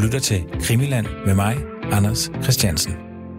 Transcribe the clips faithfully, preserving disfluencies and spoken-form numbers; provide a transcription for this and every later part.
lytter til Krimiland med mig, Anders Christiansen.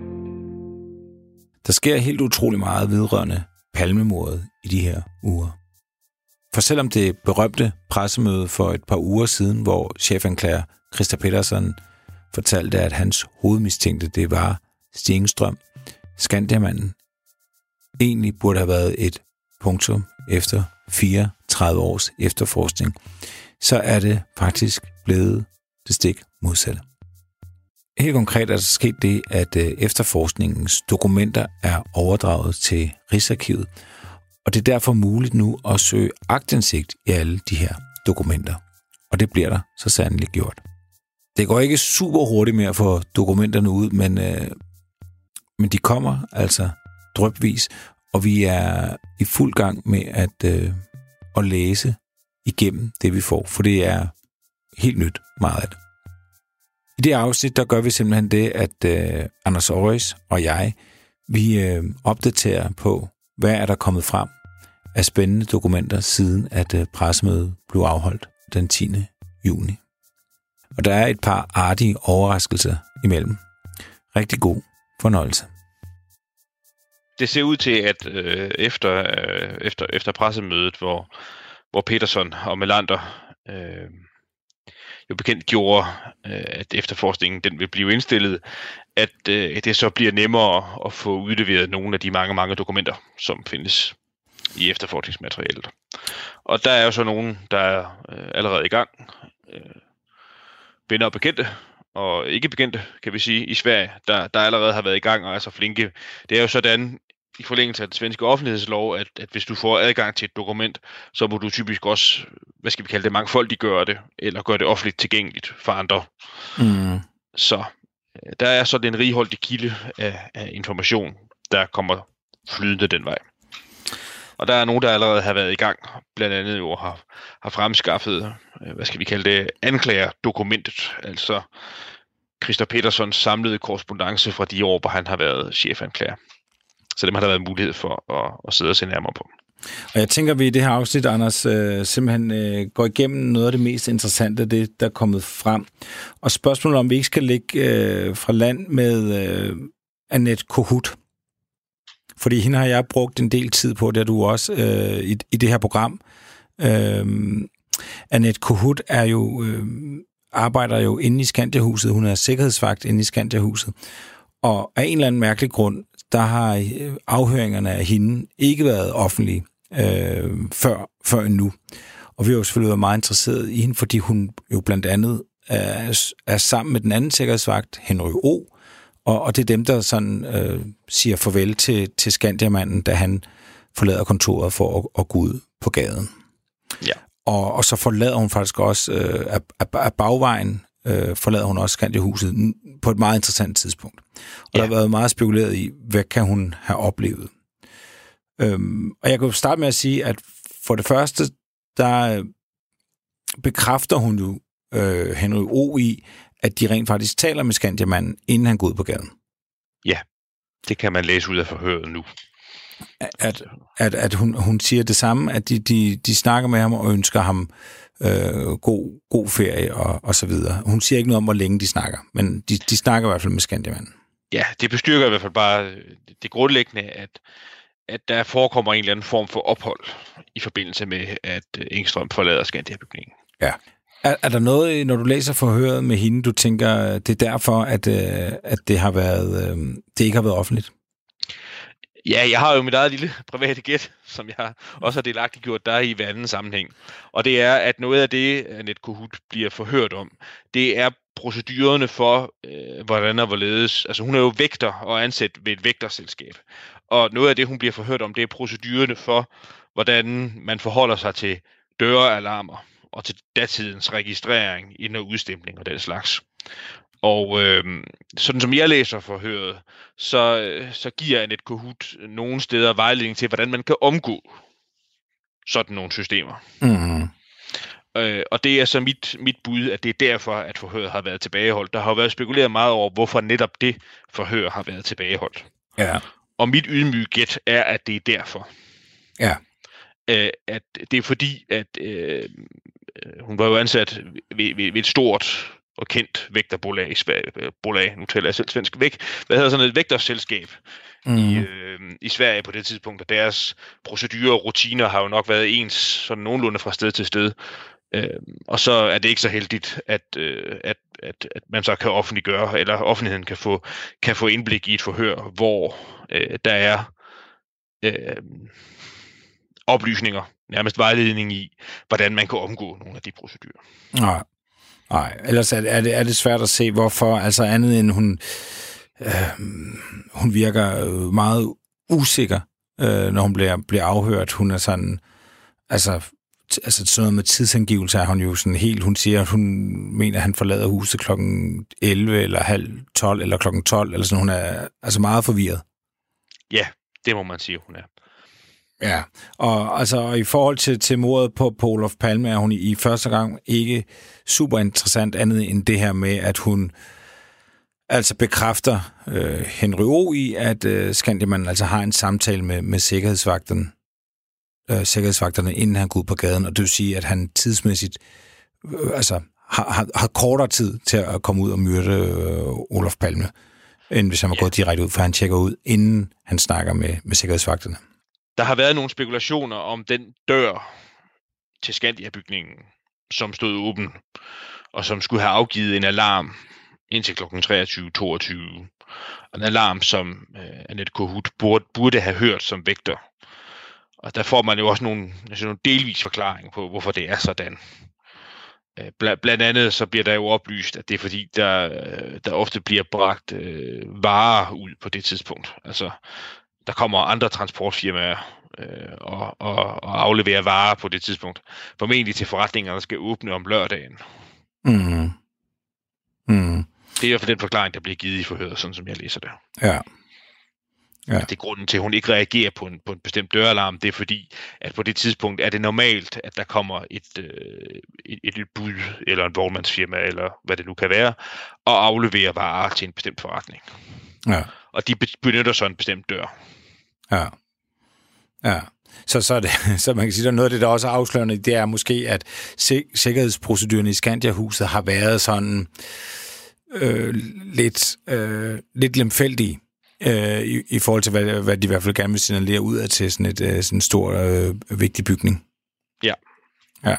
Der sker helt utrolig meget vedrørende Palmemordet i de her uger. For selvom det berømte pressemøde for et par uger siden, hvor chefanklager Christer Petersen fortalte, at hans hovedmistænkte det var Stig Engstrøm, Skandiamanden, egentlig burde have været et punktum efter fireogtredive års efterforskning, så er det faktisk blevet det stik modsatte. Helt konkret er der sket det, at efterforskningens dokumenter er overdraget til Rigsarkivet, og det er derfor muligt nu at søge aktindsigt i alle de her dokumenter. Og det bliver der så sandelig gjort. Det går ikke super hurtigt med at få dokumenterne ud, men, øh, men de kommer altså drypvis, og vi er i fuld gang med at, øh, at læse igennem det, vi får, for det er helt nyt meget af det. I det afsnit, der gør vi simpelthen det, at øh, Anders Aarhus og jeg, vi øh, opdaterer på, hvad er der kommet frem af spændende dokumenter, siden at øh, pressemødet blev afholdt den tiende juni. Og der er et par artige overraskelser imellem. Rigtig god fornøjelse. Det ser ud til, at øh, efter, øh, efter, efter pressemødet, hvor, hvor Peterson og Melander øh, jo bekendt gjorde, øh, at efterforskningen den vil blive indstillet, at øh, det så bliver nemmere at få udleveret nogle af de mange, mange dokumenter, som findes i efterforskningsmaterialet. Og der er jo så nogen, der er øh, allerede i gang. Øh, venner og bekendte, og ikke bekendte, kan vi sige, i Sverige, der, der allerede har været i gang og er så flinke. Det er jo sådan, i forlængelse af den svenske offentlighedslov, at, at hvis du får adgang til et dokument, så må du typisk også, hvad skal vi kalde det, mangfoldigt gøre det, eller gøre det offentligt tilgængeligt for andre. Mm. Så der er sådan en righoldig kilde af, af information, der kommer flydende den vej. Og der er nogen, der allerede har været i gang, blandt andet jo har, har fremskaffet, hvad skal vi kalde det, anklagerdokumentet, altså Christer Petersons samlede korrespondance fra de år, hvor han har været chefanklager. Så dem har der været mulighed for at, at sidde og se nærmere på. Og jeg tænker, at vi i det her afsnit, Anders, øh, simpelthen øh, går igennem noget af det mest interessante, det der er kommet frem. Og spørgsmålet om vi ikke skal ligge øh, fra land med øh, Annette Kohut. Fordi hende har jeg brugt en del tid på, det har du også øh, i, i det her program. Øh, Annette Kohut er jo, øh, arbejder jo inde i Skandiahuset. Hun er sikkerhedsvagt inde i Skandiahuset. Og af en eller anden mærkelig grund, der har afhøringerne af hende ikke været offentlige øh, før, før endnu. Og vi har jo selvfølgelig været meget interesseret i hende, fordi hun jo blandt andet er, er sammen med den anden sikkerhedsvagt, Henry O., og, og det er dem, der sådan øh, siger farvel til, til Skandiamanden, da han forlader kontoret for at, at gå ud på gaden. Ja. Og, og så forlader hun faktisk også øh, af, af, af bagvejen, øh, forlader hun også Skandiahuset på et meget interessant tidspunkt. Og ja. Der har været meget spekuleret i, hvad kan hun have oplevet. Øhm, og jeg kan jo starte med at sige, at for det første, der bekræfter hun jo øh, Henry O. i, at de rent faktisk taler med Skandiamanden, inden han går ud på gaden. Ja, det kan man læse ud af forhøret nu. At, at, at hun, hun siger det samme, at de, de, de snakker med ham og ønsker ham øh, god, god ferie og, og så videre. Hun siger ikke noget om, hvor længe de snakker, men de, de snakker i hvert fald med Skandiamanden. Ja, det bestyrker i hvert fald bare det grundlæggende, at, at der forekommer en eller anden form for ophold i forbindelse med, at Engstrøm forlader Skandiabygningen. Ja. Er, er der noget, når du læser forhøret med hende, du tænker, det er derfor, at, at det har været, det ikke har været offentligt? Ja, jeg har jo mit eget lille private gæt, som jeg også har delagtigt gjort der i hver anden sammenhæng. Og det er, at noget af det, Annette Kohut bliver forhørt om, det er procedurerne for, øh, hvordan og hvorledes. Altså hun er jo vægter og ansat ved et vægterselskab. Og noget af det, hun bliver forhørt om, det er procedurerne for, hvordan man forholder sig til dørealarmer og til datidens registrering inden og udstemning og den slags. Og øh, sådan som jeg læser forhøret, så, så giver Annette Kohut nogle steder vejledning til, hvordan man kan omgå sådan nogle systemer. Mm-hmm. Øh, og det er så mit, mit bud, at det er derfor, at forhøret har været tilbageholdt. Der har jo været spekuleret meget over, hvorfor netop det forhør har været tilbageholdt. Ja. Og mit ydmyge gæt er, at det er derfor. Ja. Øh, at det er fordi, at øh, hun var jo ansat ved, ved, ved et stort og kendt vægterbolag i Sverige. Bolag, nu taler jeg selv svensk væk. Hvad hedder sådan et vægterselskab mm. i, øh, i Sverige på det tidspunkt, og deres procedurer og rutiner har jo nok været ens sådan nogenlunde fra sted til sted. Øh, og så er det ikke så heldigt, at, øh, at, at, at man så kan offentliggøre, eller offentligheden kan få, kan få indblik i et forhør, hvor øh, der er øh, oplysninger, nærmest vejledning i, hvordan man kan omgå nogle af de procedurer. Nej, nej. Ellers er det, er, det, er det svært at se, hvorfor, altså andet end hun, øh, hun virker meget usikker, øh, når hun bliver, bliver afhørt. Hun er sådan, altså, altså sådan noget med tidsangivelse er hun jo sådan helt, hun siger, at hun mener, at han forlader huset klokken elleve, eller halv tolv, eller klokken tolv, eller sådan, hun er altså meget forvirret. Ja, det må man sige, hun er. Ja, og altså i forhold til, til mordet på, på Olof Palme, er hun i, i første gang ikke super interessant andet end det her med, at hun altså bekræfter øh, Henry O. i, at øh, Skandiaman altså har en samtale med, med sikkerhedsvagterne, øh, sikkerhedsvagterne, inden han går ud på gaden, og det vil sige, at han tidsmæssigt øh, altså har, har, har kortere tid til at komme ud og myrde øh, Olof Palme, end hvis han var yeah. gået direkte ud, for han tjekker ud, inden han snakker med, med sikkerhedsvagterne. Der har været nogle spekulationer om den dør til Skandia-bygningen, som stod åben, og som skulle have afgivet en alarm indtil klokken treogtyve toogtyve. En alarm, som øh, Annette Kohut burde, burde have hørt som vægter. Og der får man jo også nogle, altså nogle delvis forklaring på, hvorfor det er sådan. Bl- blandt andet så bliver der jo oplyst, at det er fordi, der, der ofte bliver bragt øh, varer ud på det tidspunkt. Altså, der kommer andre transportfirmaer øh, og, og, og afleverer varer på det tidspunkt. Formentlig til forretninger, der skal åbne om lørdagen. Mm. Mm. Det er i hvert fald den forklaring, der bliver givet i forhøret, sådan som jeg læser det. Ja. Ja. Det er grunden til, at hun ikke reagerer på en, på en bestemt døralarm. Det er fordi, at på det tidspunkt er det normalt, at der kommer et, øh, et, et bud, eller en vognmandsfirma, eller hvad det nu kan være, og afleverer varer til en bestemt forretning. Ja. Og de benytter så en bestemt dør. Ja. Ja. Så, så, er det, så man kan sige, at noget af det, der også er afslørende, det er måske, at sik- sikkerhedsprocedurerne i Skandia-huset har været sådan øh, lidt, øh, lidt lemfældige. Øh, i, i forhold til, hvad, hvad de i hvert fald gerne vil signalere ud af til sådan et øh, sådan en stor, øh, vigtig bygning. Ja. Ja.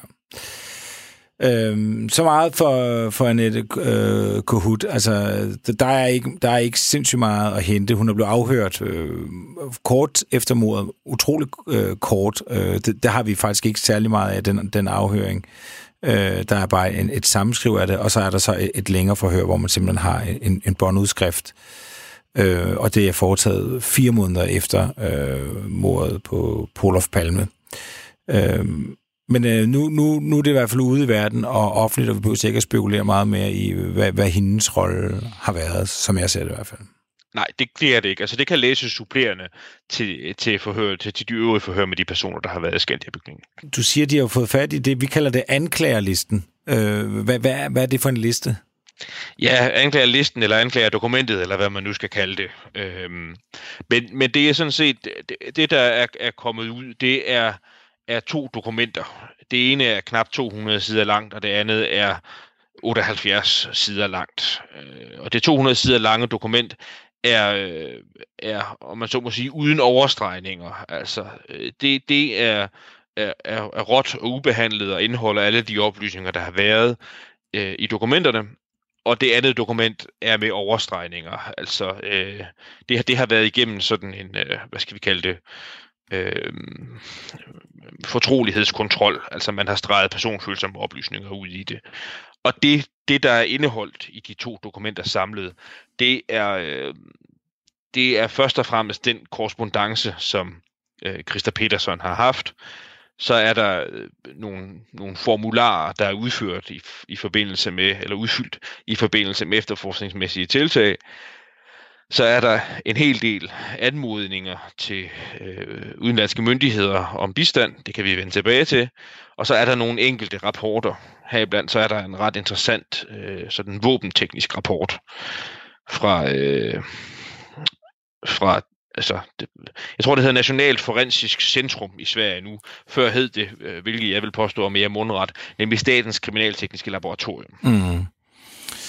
Øhm, så meget for, for Annette øh, Kohut. Altså, der er, ikke, der er ikke sindssygt meget at hente. Hun er blevet afhørt øh, kort efter mordet. Utrolig øh, kort. Øh, det, der har vi faktisk ikke særlig meget af, den, den afhøring. Øh, der er bare en, et sammenskriv af det, og så er der så et, et længere forhør, hvor man simpelthen har en, en båndudskrift. Øh, og det er foretaget fire måneder efter øh, mordet på Olof Palme. Øh, men øh, nu, nu, nu er det i hvert fald ude i verden, og offentligt, og vi behøver ikke at spekulere meget mere i, hvad, hvad hendes rolle har været, som jeg ser det i hvert fald. Nej, det, det er det ikke. Altså, det kan læses supplerende til, til, forhør, til, til de øvrige forhør med de personer, der har været i Skandia-bygningen. Du siger, de har fået fat i det, vi kalder det anklagerlisten. Øh, hvad, hvad, hvad er det for en liste? Ja, anklagerlisten eller anklagerdokumentet, eller hvad man nu skal kalde det. Øhm, men, men det er sådan set, det, det der er, er kommet ud, det er, er to dokumenter. Det ene er knap to hundrede sider langt, og det andet er otteoghalvfjerds sider langt. Øh, og det to hundrede sider lange dokument er, er, om man så må sige, uden overstregninger. Altså, det, det er, er, er råt og ubehandlet og indeholder alle de oplysninger, der har været øh, i dokumenterne. Og det andet dokument er med overstregninger. Altså, øh, det, det har været igennem sådan en, øh, hvad skal vi kalde det, øh, fortrolighedskontrol. Altså, man har streget personfølsomme oplysninger ud i det. Og det, det, der er indeholdt i de to dokumenter samlet, det er, øh, det er først og fremmest den korrespondance, som øh, Christa Petersson har haft. Så er der øh, nogle, nogle formularer, der er udført i, i forbindelse med, eller udfyldt i forbindelse med efterforskningsmæssige tiltag. Så er der en hel del anmodninger til øh, udenlandske myndigheder om bistand. Det kan vi vende tilbage til. Og så er der nogle enkelte rapporter. Heriblandt så er der en ret interessant øh, sådan våbenteknisk rapport fra, øh, fra altså, det, jeg tror det hedder Nationalt Forensisk Centrum i Sverige nu. Før hed det, øh, hvilket jeg vil påstå er mere mundret, nemlig Statens Kriminaltekniske Laboratorium. Mm.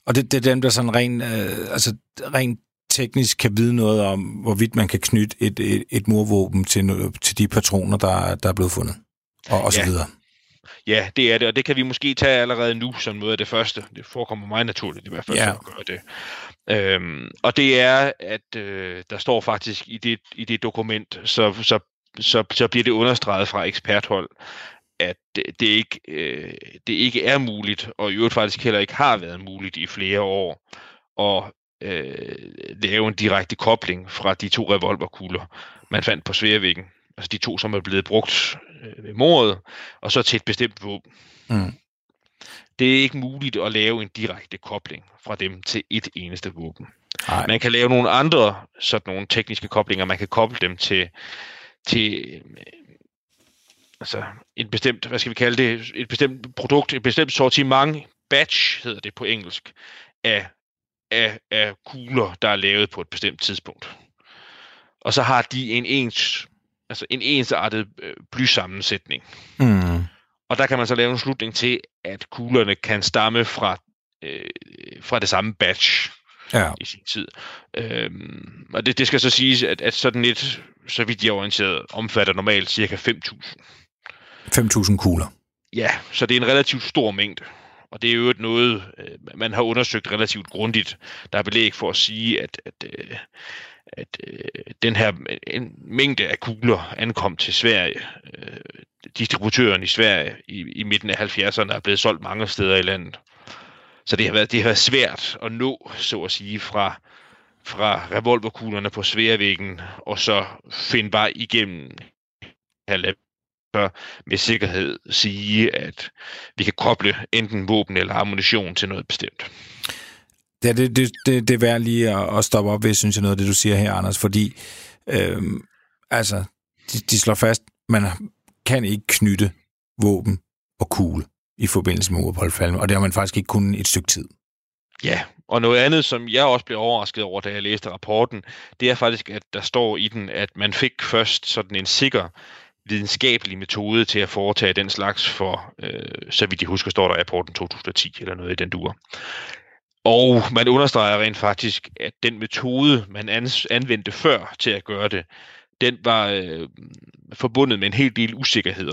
Og det, det er dem, der sådan rent, øh, altså, rent teknisk kan vide noget om, hvorvidt man kan knytte et, et, et mordvåben til, til de patroner, der, der er blevet fundet, og, og så Ja. videre. Ja, det er det, og det kan vi måske tage allerede nu som noget af det første. Det forekommer mig naturligt i hvert fald, Ja. at gøre det. Øhm, og det er, at øh, der står faktisk i det, i det dokument, så, så, så, så bliver det understreget fra eksperthold, at det, det, ikke, øh, det ikke er muligt, og i øvrigt faktisk heller ikke har været muligt i flere år, at øh, lave en direkte kobling fra de to revolverkugler, man fandt på Sværvæggen. Altså de to, som er blevet brugt øh, ved mordet, og så til et bestemt våben. Mm. Det er ikke muligt at lave en direkte kobling fra dem til et eneste våben. Nej. Man kan lave nogle andre sådan nogle tekniske koblinger. Man kan koble dem til, til øh, altså et bestemt, hvad skal vi kalde det, et bestemt produkt, et bestemt sortiment, batch hedder det på engelsk, af, af, af kugler, der er lavet på et bestemt tidspunkt. Og så har de en ens, altså en ensartet øh, blysammensætning. Mm. Og der kan man så lave en slutning til, at kuglerne kan stamme fra, øh, fra det samme batch Ja. i sin tid. Øhm, og det, det skal så siges, at, at sådan et, så vidt jeg er orienteret, omfatter normalt cirka fem tusind. fem tusind kugler. Ja, så det er en relativt stor mængde. Og det er jo noget, øh, man har undersøgt relativt grundigt. Der er belæg for at sige, at, at, øh, at øh, den her en mængde af kugler ankom til Sverige. Øh, distributøren i Sverige i, i midten af halvfjerdserne er blevet solgt mange steder i landet. Så det har været, det har været svært at nå, så at sige, fra, fra revolverkuglerne på Sværvæggen, og så finde vej igennem med sikkerhed sige, at vi kan koble enten våben eller ammunition til noget bestemt. Ja, det, det, det, det er værd lige at, at stoppe op ved, synes jeg, noget af det, du siger her, Anders, fordi øhm, altså, de, de slår fast, man kan ikke knytte våben og kugle i forbindelse med Olof Palme, og det har man faktisk ikke kunnet et stykke tid. Ja, og noget andet, som jeg også blev overrasket over, da jeg læste rapporten, det er faktisk, at der står i den, at man fik først sådan en sikker videnskabelig metode til at foretage den slags for, øh, så vidt jeg husker, står der i rapporten to tusind og ti eller noget i den dur. Og man understreger rent faktisk, at den metode, man anvendte før til at gøre det, den var øh, forbundet med en hel del usikkerheder.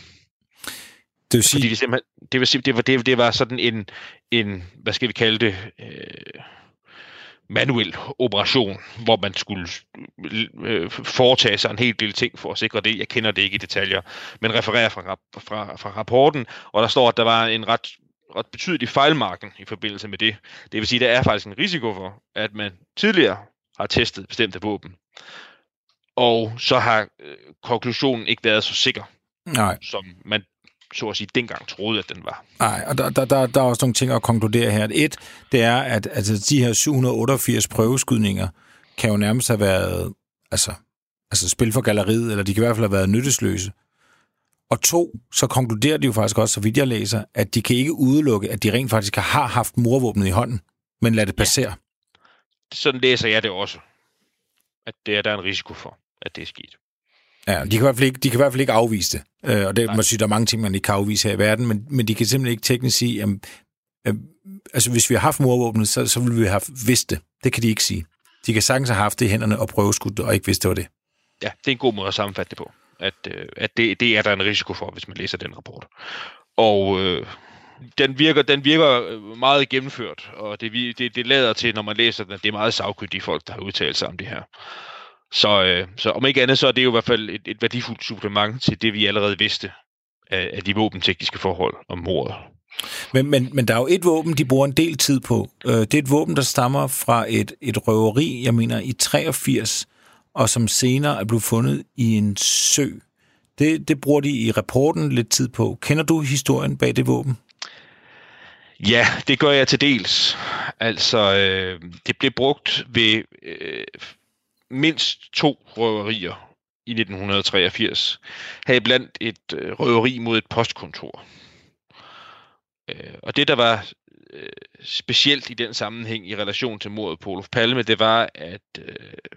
Det vil sige... Fordi det, simpelthen, det, vil sige, det, var, det, det var sådan en, en, hvad skal vi kalde det, øh, manuel operation, hvor man skulle øh, foretage sig en hel del ting for at sikre det. Jeg kender det ikke i detaljer, men refererer fra, fra, fra rapporten, og der står, at der var en ret, ret betydelig fejlmarken i forbindelse med det. Det vil sige, at der er faktisk en risiko for, at man tidligere har testet bestemte våben, og så har øh, konklusionen ikke været så sikker, Nej. som man så at sige dengang troede, at den var. Nej, og der, der, der, der er også nogle ting at konkludere her. Et, det er, at altså, de her syv hundrede otteogfirs prøveskydninger kan jo nærmest have været altså, altså spil for galleriet, eller de kan i hvert fald have været nyttesløse. Og to, så konkluderer de jo faktisk også, så vidt jeg læser, at de kan ikke udelukke, at de rent faktisk har haft mordvåbnet i hånden, men lad det passere. Ja. Sådan læser jeg det også, at det er der er en risiko for, at det er sket. Ja, de kan i hvert fald ikke, de kan i hvert fald ikke afvise det. Øh, og det må sige, der er mange ting, man ikke kan afvise her i verden, men, men de kan simpelthen ikke teknisk sige, at, at, altså hvis vi har haft mordvåbnet, så, så ville vi have vidst det. Det kan de ikke sige. De kan sagtens have haft det i hænderne og prøveskudt det, og ikke vidste, det var det. Ja, det er en god måde at sammenfatte det på. At, at det, det er der en risiko for, hvis man læser den rapport. Og øh, den, virker, den virker meget gennemført, og det, det, det lader til, når man læser den, at det er meget sagkyndige folk, der har udtalt sig om det her. Så, øh, så om ikke andet, så er det jo i hvert fald et, et værdifuldt supplement til det, vi allerede vidste af, af de våbentekniske forhold om mordet. Men, men, men der er jo et våben, de bruger en del tid på. Det er et våben, der stammer fra et, et røveri, jeg mener, i treogfirs, og som senere er blevet fundet i en sø. Det, det bruger de i rapporten lidt tid på. Kender du historien bag det våben? Ja, det gør jeg til dels. Altså, øh, det blev brugt ved øh, mindst to røverier i nitten treogfirs. Heriblandt et øh, røveri mod et postkontor. Øh, og det, der var øh, specielt i den sammenhæng i relation til mordet på Olof Palme, det var, at, øh,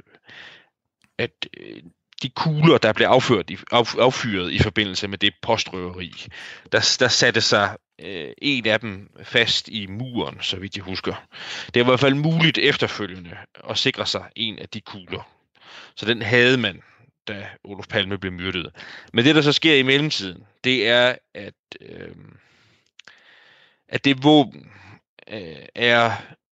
at øh, de kugler, der blev affyret i, af, affyret i forbindelse med det postrøveri, der, der satte sig øh, en af dem fast i muren, så vidt jeg husker. Det var i hvert fald muligt efterfølgende at sikre sig en af de kugler. Så den havde man, da Olof Palme blev myrdet. Men det, der så sker i mellemtiden, det er, at, øh, at det våben øh, er...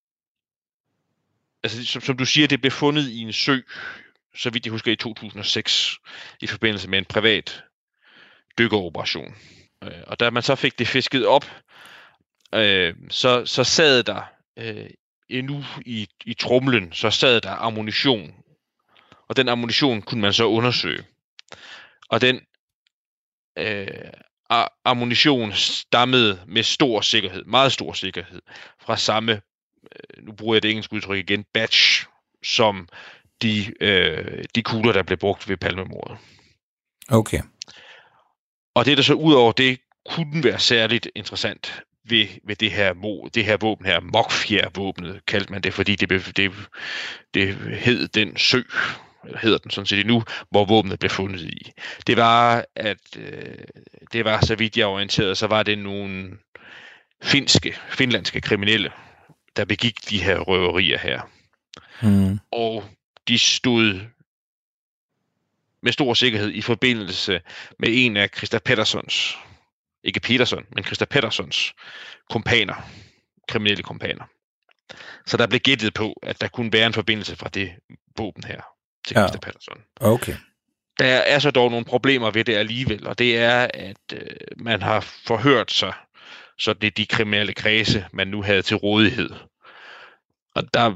Altså, som, som du siger, det blev fundet i en sø, så vidt jeg husker, i to tusind og seks, i forbindelse med en privat dykkeroperation. Øh, og da man så fik det fisket op, øh, så, så sad der øh, endnu i, i tromlen, så sad der ammunition. Og den ammunition kunne man så undersøge. Og den øh, ammunition stammede med stor sikkerhed, meget stor sikkerhed, fra samme, nu bruger jeg det engelske udtryk igen, batch, som de, øh, de kugler, der blev brugt ved Palmemordet. Okay. Og det, der så ud over det, kunne være særligt interessant ved, ved det her mo, det her våben her, Mockfjær-våbnet, kaldte man det, fordi det, det, det hed den sø, eller hedder den sådan set endnu, hvor våbnet blev fundet i. Det var, at øh, det var, så vidt jeg orienterede, så var det nogle finske, finlandske kriminelle, der begik de her røverier her. Mm. Og de stod med stor sikkerhed i forbindelse med en af Christer Petterssons, ikke Peterson, men Christer Petterssons kompaner, kriminelle kompaner. Så der blev gættet på, at der kunne være en forbindelse fra det våben her til Christer ja. Pettersson. Okay. Der er så dog nogle problemer ved det alligevel, og det er, at øh, man har forhørt sig, så det er de kriminelle kredse, man nu havde til rådighed. Og der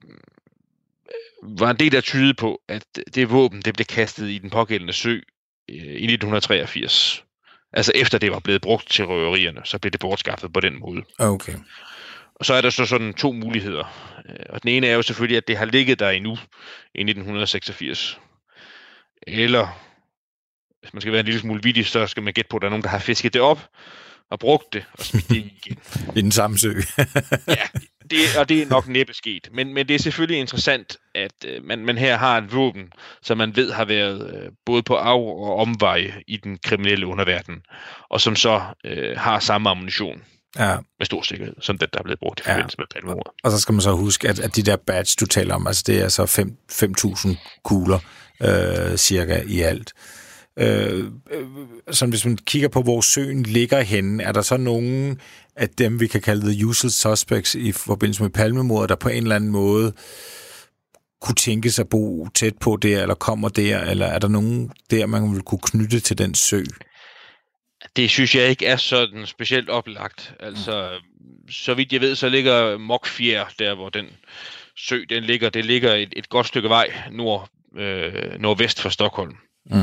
var en del, der tydede på, at det våben, det blev kastet i den pågældende sø øh, i nitten treogfirs. Altså efter det var blevet brugt til røverierne, så blev det bortskaffet på den måde. Okay. Og så er der så sådan to muligheder. Og den ene er jo selvfølgelig, at det har ligget der endnu i nitten seksogfirs. Eller, hvis man skal være en lille smule vittig, så skal man gætte på, at der er nogen, der har fisket det op og brugt det og smidt det igen. I den samme sø. Ja, det, og det er nok næppe sket. Men, men det er selvfølgelig interessant, at øh, man, man her har et våben, som man ved har været øh, både på af- og omveje i den kriminelle underverden, og som så øh, har samme ammunition. Ja. Med stor sikkerhed, som den, der er blevet brugt i forbindelse ja. med Palmemordet. Og så skal man så huske, at, at de der badge, du taler om, altså det er så fem tusind kugler øh, cirka i alt. Øh, øh, så hvis man kigger på, hvor søen ligger henne, er der så nogen af dem, vi kan kalde the usual suspects i forbindelse med Palmemordet, der på en eller anden måde kunne tænke sig at bo tæt på der, eller kommer der, eller er der nogen der, man vil kunne knytte til den sø? Det synes jeg ikke er sådan specielt oplagt. Altså, så vidt jeg ved, så ligger Mockfjær, der hvor den sø den ligger, det ligger et, et godt stykke vej nord, øh, nordvest for Stockholm. Mm.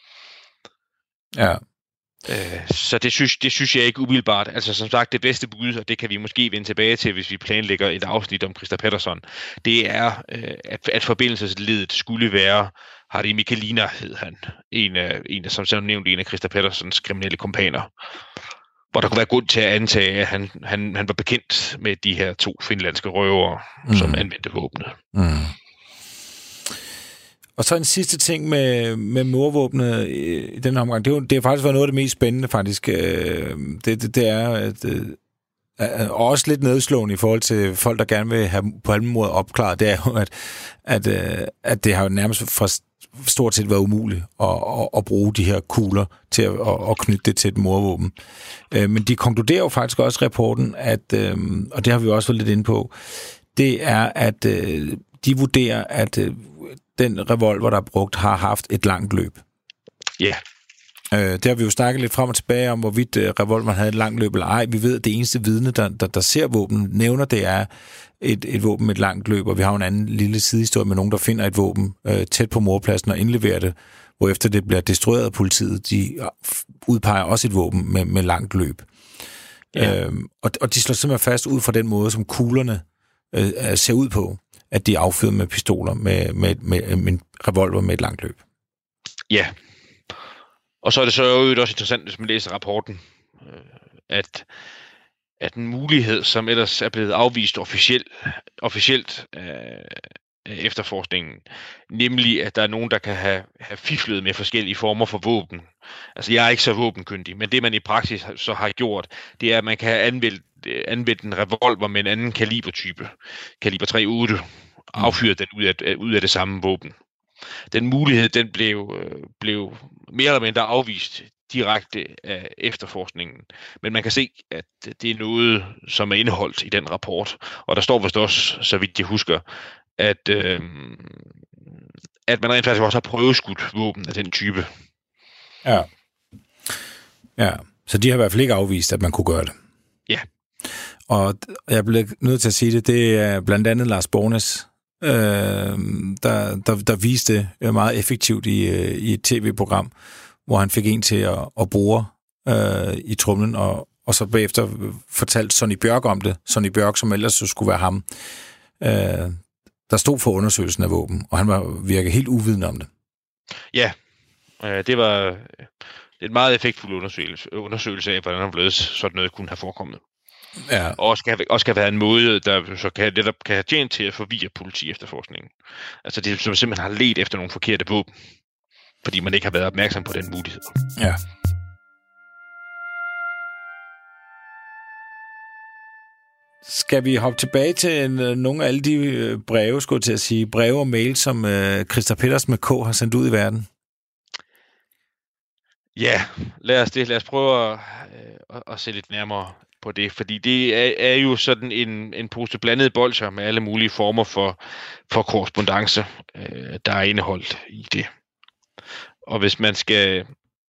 Ja. Øh, så det synes, det synes jeg ikke umiddelbart. Altså som sagt, det bedste bud, og det kan vi måske vende tilbage til, hvis vi planlægger et afsnit om Christer Pettersson, det er, øh, at, at forbindelsesledet skulle være Harry Mikkelina, hed han. En af, en af som selv nævnte, en af Christer Petterssons kriminelle kompaner. Hvor der kunne være grund til at antage, at han, han, han var bekendt med de her to finlandske røvere, mm. som anvendte våbnet. Mm. Og så en sidste ting med, med mordvåbnet i den omgang. Det, er jo, det har faktisk været noget af det mest spændende, faktisk. Det, det, det er at, at, og også lidt nedslående i forhold til folk, der gerne vil have Palmemordet opklaret. Det er jo, at, at, at det har jo nærmest fra stort set været umuligt at, at, at bruge de her kugler til at, at, at knytte det til et mordvåben. Men de konkluderer jo faktisk også i rapporten, at, og det har vi også været lidt inde på, det er, at de vurderer, at den revolver, der er brugt, har haft et langt løb. Ja. Yeah. Øh, det har vi jo snakket lidt frem og tilbage om, hvorvidt øh, revolveren havde et langt løb eller ej. Vi ved, at det eneste vidne, der, der, der ser våben, nævner, det er et, et våben med et langt løb, og vi har jo en anden lille sidehistorie med nogen, der finder et våben øh, tæt på mordpladsen og indleverer det, hvorefter det bliver destrueret af politiet. De udpeger også et våben med, med langt løb. Yeah. Øh, og, og de slår simpelthen fast ud fra den måde, som kuglerne øh, ser ud på, at de er affyret med pistoler, med, med, med, med en revolver med et langt løb. Ja. Og så er det så jo også interessant, hvis man læser rapporten, at, at en mulighed, som ellers er blevet afvist officielt, officielt af, efterforskningen, nemlig at der er nogen, der kan have, have fiflet med forskellige former for våben. Altså, jeg er ikke så våbenkyndig, men det, man i praksis så har gjort, det er, at man kan have anvendt, anvendt en revolver med en anden kalibertype, kaliber tre komma otte, affyret den ud af, ud af det samme våben. Den mulighed, den blev, blev mere eller mindre afvist direkte af efterforskningen. Men man kan se, at det er noget, som er indeholdt i den rapport. Og der står vist også, så vidt jeg husker, at, øh, at man rent faktisk også har prøveskudt våben af den type. Ja. Ja, så de har i hvert fald ikke afvist, at man kunne gøre det. Ja. Og jeg blev nødt til at sige det, det er blandt andet Lars Bornes, øh, der, der, der viste det meget effektivt i, i et tv-program, hvor han fik en til at, at bruge øh, i tromlen, og, og så bagefter fortalte Sonny Bjørk om det. Sonny Bjørk, som ellers så skulle være ham, øh, der stod for undersøgelsen af våben, og han var virkelig helt uvidende om det. Ja, øh, det var en meget effektfuld undersøgelse, undersøgelse af, hvordan blevet sådan noget kunne have forekommet. Ja. Og også kan, også kan være en måde, der så kan, netop kan have tjent til at forvirre politi efterforskningen. Altså det som simpelthen har ledt efter nogle forkerte våben, fordi man ikke har været opmærksom på den mulighed. Ja. Skal vi hoppe tilbage til en, nogle af alle de breve, skulle jeg til at sige, breve og mail, som uh, Christa Petersen med K har sendt ud i verden? Ja, lad os det. Lad os prøve at, øh, at se lidt nærmere på det, fordi det er, er jo sådan en, en pose blandede bolsjer med alle mulige former for, for korrespondance, øh, der er indeholdt i det. Og hvis man skal,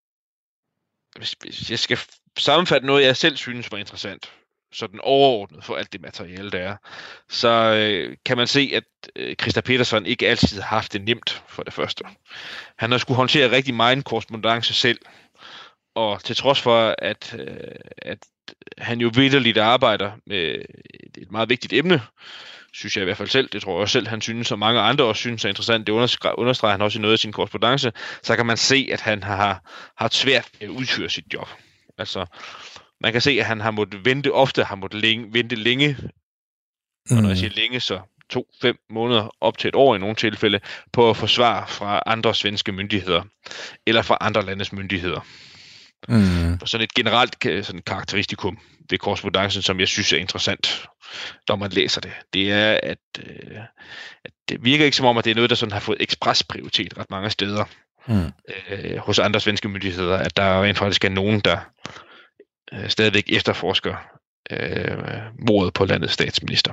hvis, hvis jeg skal sammenfatte noget, jeg selv synes var interessant, sådan overordnet for alt det materiale, der er, så øh, kan man se, at øh, Christa Petersen ikke altid har haft det nemt for det første. Han har skulle håndtere rigtig meget korrespondance selv, og til trods for, at, øh, at han jo vitterligt arbejder med et meget vigtigt emne, synes jeg i hvert fald selv, det tror jeg også selv, han synes, og mange andre også synes er interessant, det understreger han også i noget af sin korrespondance, så kan man se, at han har haft svært at udføre sit job. Altså, man kan se, at han har måttet vente, ofte har måttet længe, vente længe, mm. og når jeg siger længe, så to, fem måneder, op til et år i nogle tilfælde, på at få svar fra andre svenske myndigheder, eller fra andre landes myndigheder. Mm. Og sådan et generelt sådan karakteristikum ved korrespondancen, som jeg synes er interessant, når man læser det, det er, at, øh, at det virker ikke som om, at det er noget, der sådan har fået ekspresprioritet ret mange steder mm. øh, hos andre svenske myndigheder, at der rent faktisk er nogen, der øh, stadigvæk efterforsker øh, mordet på landets statsminister.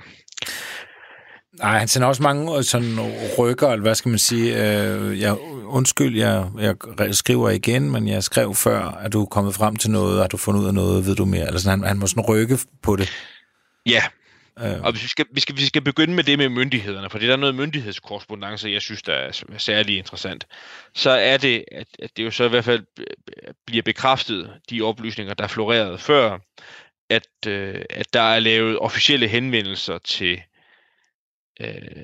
Nej, han sender også mange sådan rykker, eller hvad skal man sige. Øh, jeg, undskyld, jeg, jeg skriver igen, men jeg skrev før, at du er kommet frem til noget, at du har fundet ud af noget, ved du mere. Eller sådan, han, han må sådan rykke på det. Ja, øh. og hvis vi, skal, vi, skal, vi skal begynde med det med myndighederne, for det der er noget myndighedskorrespondance, jeg synes, der er særlig interessant. Så er det, at, at det jo så i hvert fald bliver bekræftet, de oplysninger, der florerede før, at, øh, at der er lavet officielle henvendelser til Øh,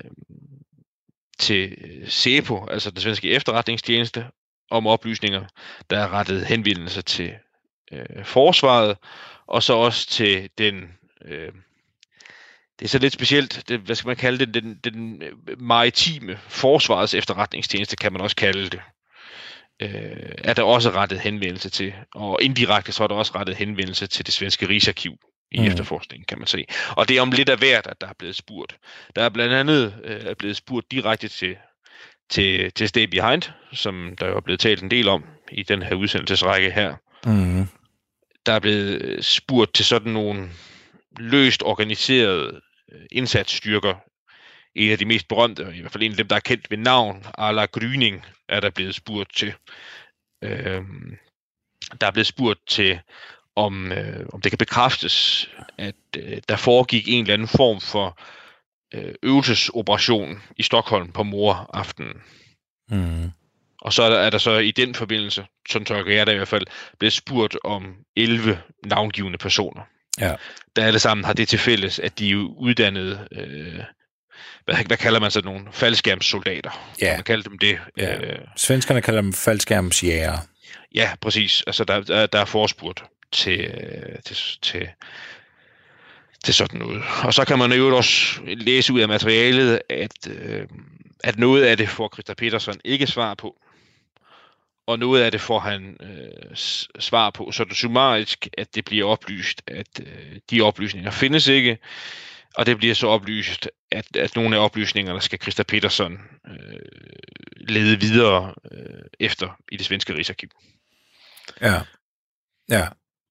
til SEPO, altså den svenske efterretningstjeneste, om oplysninger, der er rettet henvendelser til øh, forsvaret, og så også til den, øh, det er så lidt specielt, det, hvad skal man kalde det, den, den maritime forsvarets efterretningstjeneste, kan man også kalde det, øh, er der også rettet henvendelse til, og indirekte så er der også rettet henvendelse til det svenske Rigsarkiv i mm. efterforskningen, kan man se. Og det er om lidt af hvert, at der er blevet spurgt. Der er blandt andet øh, blevet spurgt direkte til, til, til Stay Behind, som der jo er blevet talt en del om i den her udsendelsesrække her. Mm. Der er blevet spurgt til sådan nogle løst organiserede indsatsstyrker. En af de mest berømte, i hvert fald en af dem, der er kendt ved navn, Arla Gryning, er der blevet spurgt til. Øh, der er blevet spurgt til Om, øh, om det kan bekræftes, at øh, der foregik en eller anden form for øh, øvelsesoperation i Stockholm på moraftenen. Mm. Og så er der, er der så i den forbindelse, sådan tolker jeg der i hvert fald, blevet spurgt om elleve navngivende personer. Ja. Der alle sammen har det til fælles, at de er uddannede, øh, hvad, hvad kalder man så nogle faldskærmssoldater? Ja. Man kalder dem det. Ja. Øh, Svenskerne kalder dem faldskærmsjæger. Ja, præcis. Altså der, der, der er forspurgt til, til, til, til sådan noget. Og så kan man jo også læse ud af materialet, at, øh, at noget af det får Christer Petersen ikke svar på, og noget af det får han øh, svar på, så det er summarisk, at det bliver oplyst, at øh, de oplysninger findes ikke, og det bliver så oplyst, at, at nogle af oplysningerne skal Christer Petersen øh, lede videre øh, efter i det svenske Rigsarkiv. Ja, ja.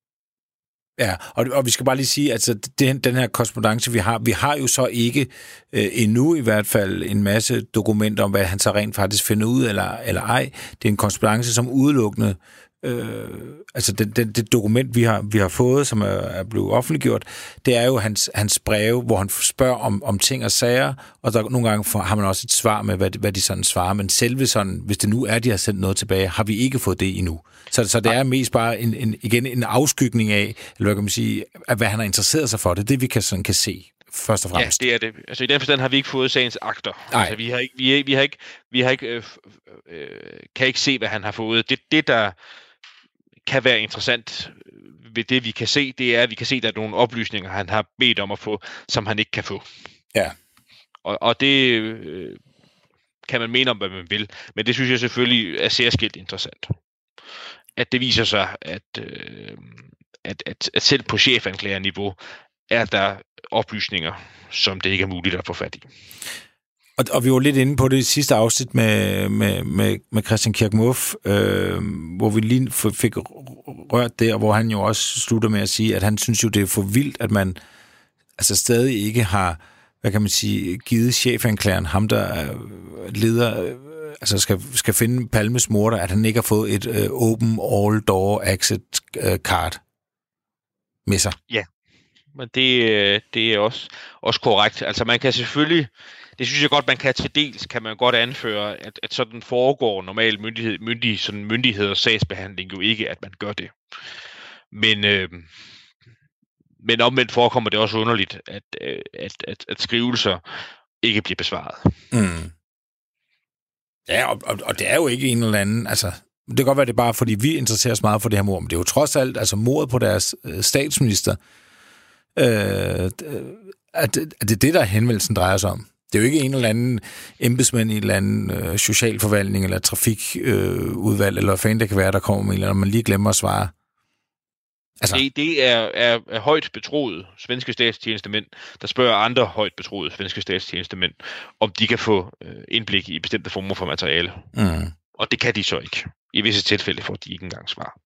Ja, og, og vi skal bare lige sige, altså den, den her korrespondance, vi har, vi har jo så ikke øh, endnu i hvert fald en masse dokumenter om, hvad han så rent faktisk finder ud, eller, eller ej. Det er en korrespondance, som udelukkende, øh, altså den, den, det dokument, vi har, vi har fået, som er, er blevet offentliggjort, det er jo hans, hans breve, hvor han spørger om, om ting og sager, og der nogle gange får, har man også et svar med, hvad, hvad de sådan svarer, men selve sådan, hvis det nu er, de har sendt noget tilbage, har vi ikke fået det endnu. Så, så det er mest bare en, en, igen en afskygning af, eller hvad kan man sige, af hvad han har interesseret sig for. Det er det, vi kan, sådan, kan se, først og fremmest. Ja, det er det. Altså i den forstand har vi ikke fået sagens akter. Altså, vi har ikke, vi, vi har ikke, vi har ikke, øh, øh, kan ikke se, hvad han har fået. Det, det, der kan være interessant ved det, vi kan se, det er, at vi kan se, at der er nogle oplysninger, han har bedt om at få, som han ikke kan få. Ja. Og, og det øh, kan man mene om, hvad man vil. Men det synes jeg selvfølgelig er særskilt interessant. At det viser sig, at, øh, at, at, at selv på chefanklagerniveau er der oplysninger, som det ikke er muligt at få fat i. Og, og vi var lidt inde på det i sidste afsnit med, med, med, med Christian Kirk Muff, øh, hvor vi lige fik rørt det, og hvor han jo også slutter med at sige, at han synes jo, det er for vildt, at man altså stadig ikke har, hvad kan man sige, givet chefanklageren, ham der leder, altså skal, skal finde Palmes morder, at han ikke har fået et uh, open all door exit uh, card med sig. Ja, men det, det er også, også korrekt. Altså man kan selvfølgelig, det synes jeg godt, man kan til dels, kan man godt anføre, at, at sådan foregår normal myndighed, myndig, sådan myndigheders sagsbehandling jo ikke, at man gør det. Men, øh, men omvendt forekommer det også underligt, at, at, at, at skrivelser ikke bliver besvaret. Mm. Ja, og, og, og det er jo ikke en eller anden, altså, det kan godt være, det er bare, fordi vi interesserer os meget for det her mord, men det er jo trods alt, altså mordet på deres øh, statsminister, øh, at, at det er det, der henvendelsen drejer sig om. Det er jo ikke en eller anden embedsmænd i en eller anden øh, socialforvaltning, eller trafikudvalg, øh, eller hvad fanden det kan være, der kommer med, eller man lige glemmer at svare. Altså. Det, det er, er, er højt betroede svenske statstjenestemænd, der spørger andre højt betroede svenske statstjenestemænd, om de kan få øh, indblik i bestemte former for materiale. Mm. Og det kan de så ikke. I visse tilfælde får de ikke engang svar.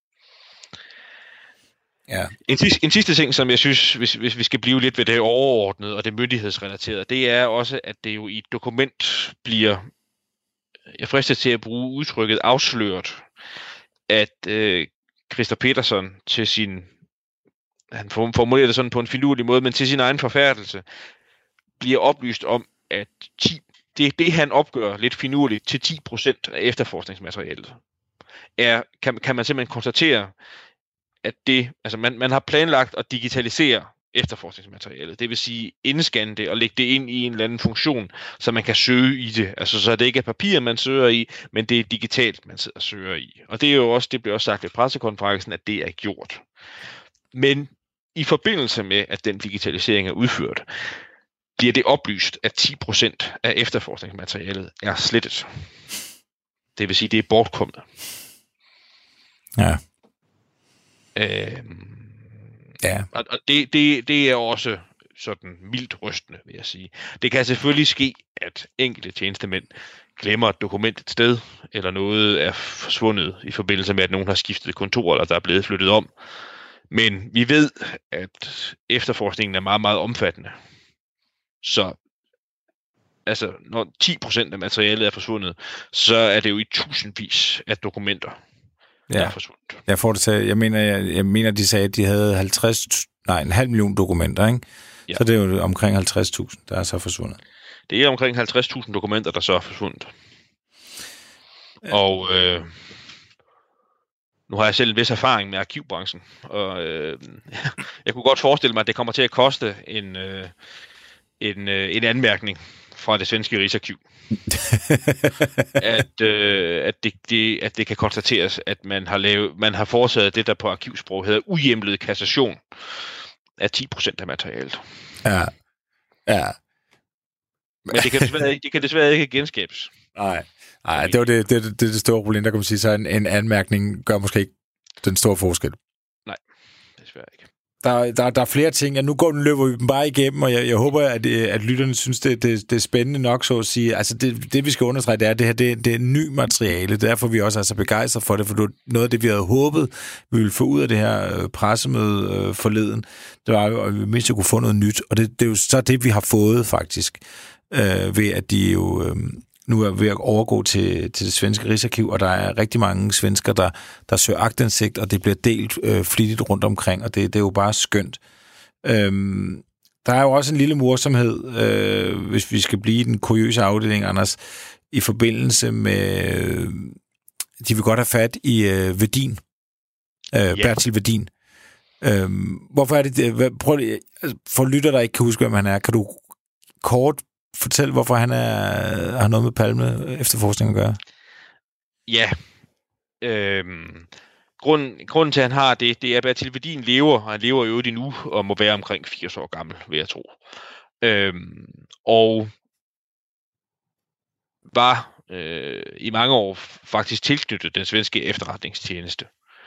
Ja. En, en sidste ting, som jeg synes, hvis, hvis vi skal blive lidt ved det overordnede og det myndighedsrelaterede, det er også, at det jo i et dokument bliver, jeg fristes til at bruge udtrykket afsløret, at øh, Christer Petersen til sin, han formulerer det sådan på en finurlig måde, men til sin egen forfærdelse, bliver oplyst om, at ti, det, det han opgør lidt finurligt til ti procent af efterforskningsmaterialet, er, kan, kan man simpelthen konstatere, at det, altså man, man har planlagt at digitalisere efterforskningsmaterialet, det vil sige indscanne det og lægge det ind i en eller anden funktion, så man kan søge i det, altså så det ikke er papir, man søger i, men det er digitalt, man sidder og søger i. Og det er jo også, det bliver også sagt ved pressekonferencen, at det er gjort. Men i forbindelse med, at den digitalisering er udført, bliver det oplyst, at ti procent af efterforskningsmaterialet er slettet. Det vil sige, det er bortkommet. Ja. Øhm, ja. Og, og det, det, det er også sådan mildt rystende, vil jeg sige. Det kan selvfølgelig ske, at enkelte tjenestemænd glemmer et dokument et sted, eller noget er forsvundet i forbindelse med, at nogen har skiftet kontor, eller der er blevet flyttet om. Men vi ved, at efterforskningen er meget, meget omfattende. Så altså, når ti procent af materialet er forsvundet, så er det jo i tusindvis af dokumenter, ja. der er forsvundet. Jeg får det til, jeg mener, jeg, jeg mener, de sagde, at de havde halvtreds, nej, en halv million dokumenter, ikke? Ja. Så det er jo omkring halvtreds tusind, der er så forsvundet. Det er omkring halvtreds tusind dokumenter, der så er forsvundet. Ja. Og øh, nu har jeg selv en vis erfaring med arkivbranchen, og øh, jeg kunne godt forestille mig, at det kommer til at koste en, øh, en, øh, en anmærkning fra det svenske Rigsarkiv. at, øh, at, det, det, at det kan konstateres, at man har, lavet, man har foretaget det, der på arkivsprog hedder uhjemlet kassation er ti procent af materialet. Ja, ja. Men det kan desværre ikke, det kan desværre ikke genskabes. Nej, nej, det var det, det, det, det store problem, der kan man sige, så en, en anmærkning gør måske ikke den store forskel. Nej, desværre ikke. Der, der, der er flere ting, og nu går den løber vi dem bare igennem, og jeg, jeg håber, at, at lytterne synes, det, det, det er spændende nok, så at sige. Altså, det, det vi skal understrege, det er, at det her det, det er ny materiale. Derfor er vi også er så begejstrede for det, for noget af det, vi havde håbet, vi ville få ud af det her pressemøde øh, forleden, det var jo, at vi mindst kunne få noget nyt, og det, det er jo så det, vi har fået, faktisk, øh, ved at de jo... Øh, nu er ved at overgå til, til det svenske Rigsarkiv, og der er rigtig mange svensker, der, der søger aktindsigt, og det bliver delt øh, flittigt rundt omkring, og det, det er jo bare skønt. Øhm, der er jo også en lille morsomhed, øh, hvis vi skal blive i den kuriøse afdeling, Anders, i forbindelse med, øh, de vil godt have fat i øh, Wedin, øh, yeah. Bertil Wedin. Øhm, hvorfor er det det? Prøv lige, for lytter, der ikke kan huske, hvem han er, kan du kort fortæl, hvorfor han er, har noget med Palme efterforskning at gøre? Ja. Øhm, grunden, grunden til, at han har det, det er, at Bertil Wedin lever, og han lever jo i nu, og må være omkring firs år gammel, vil jeg tro. Øhm, og var øh, i mange år faktisk tilknyttet den svenske efterretningstjeneste.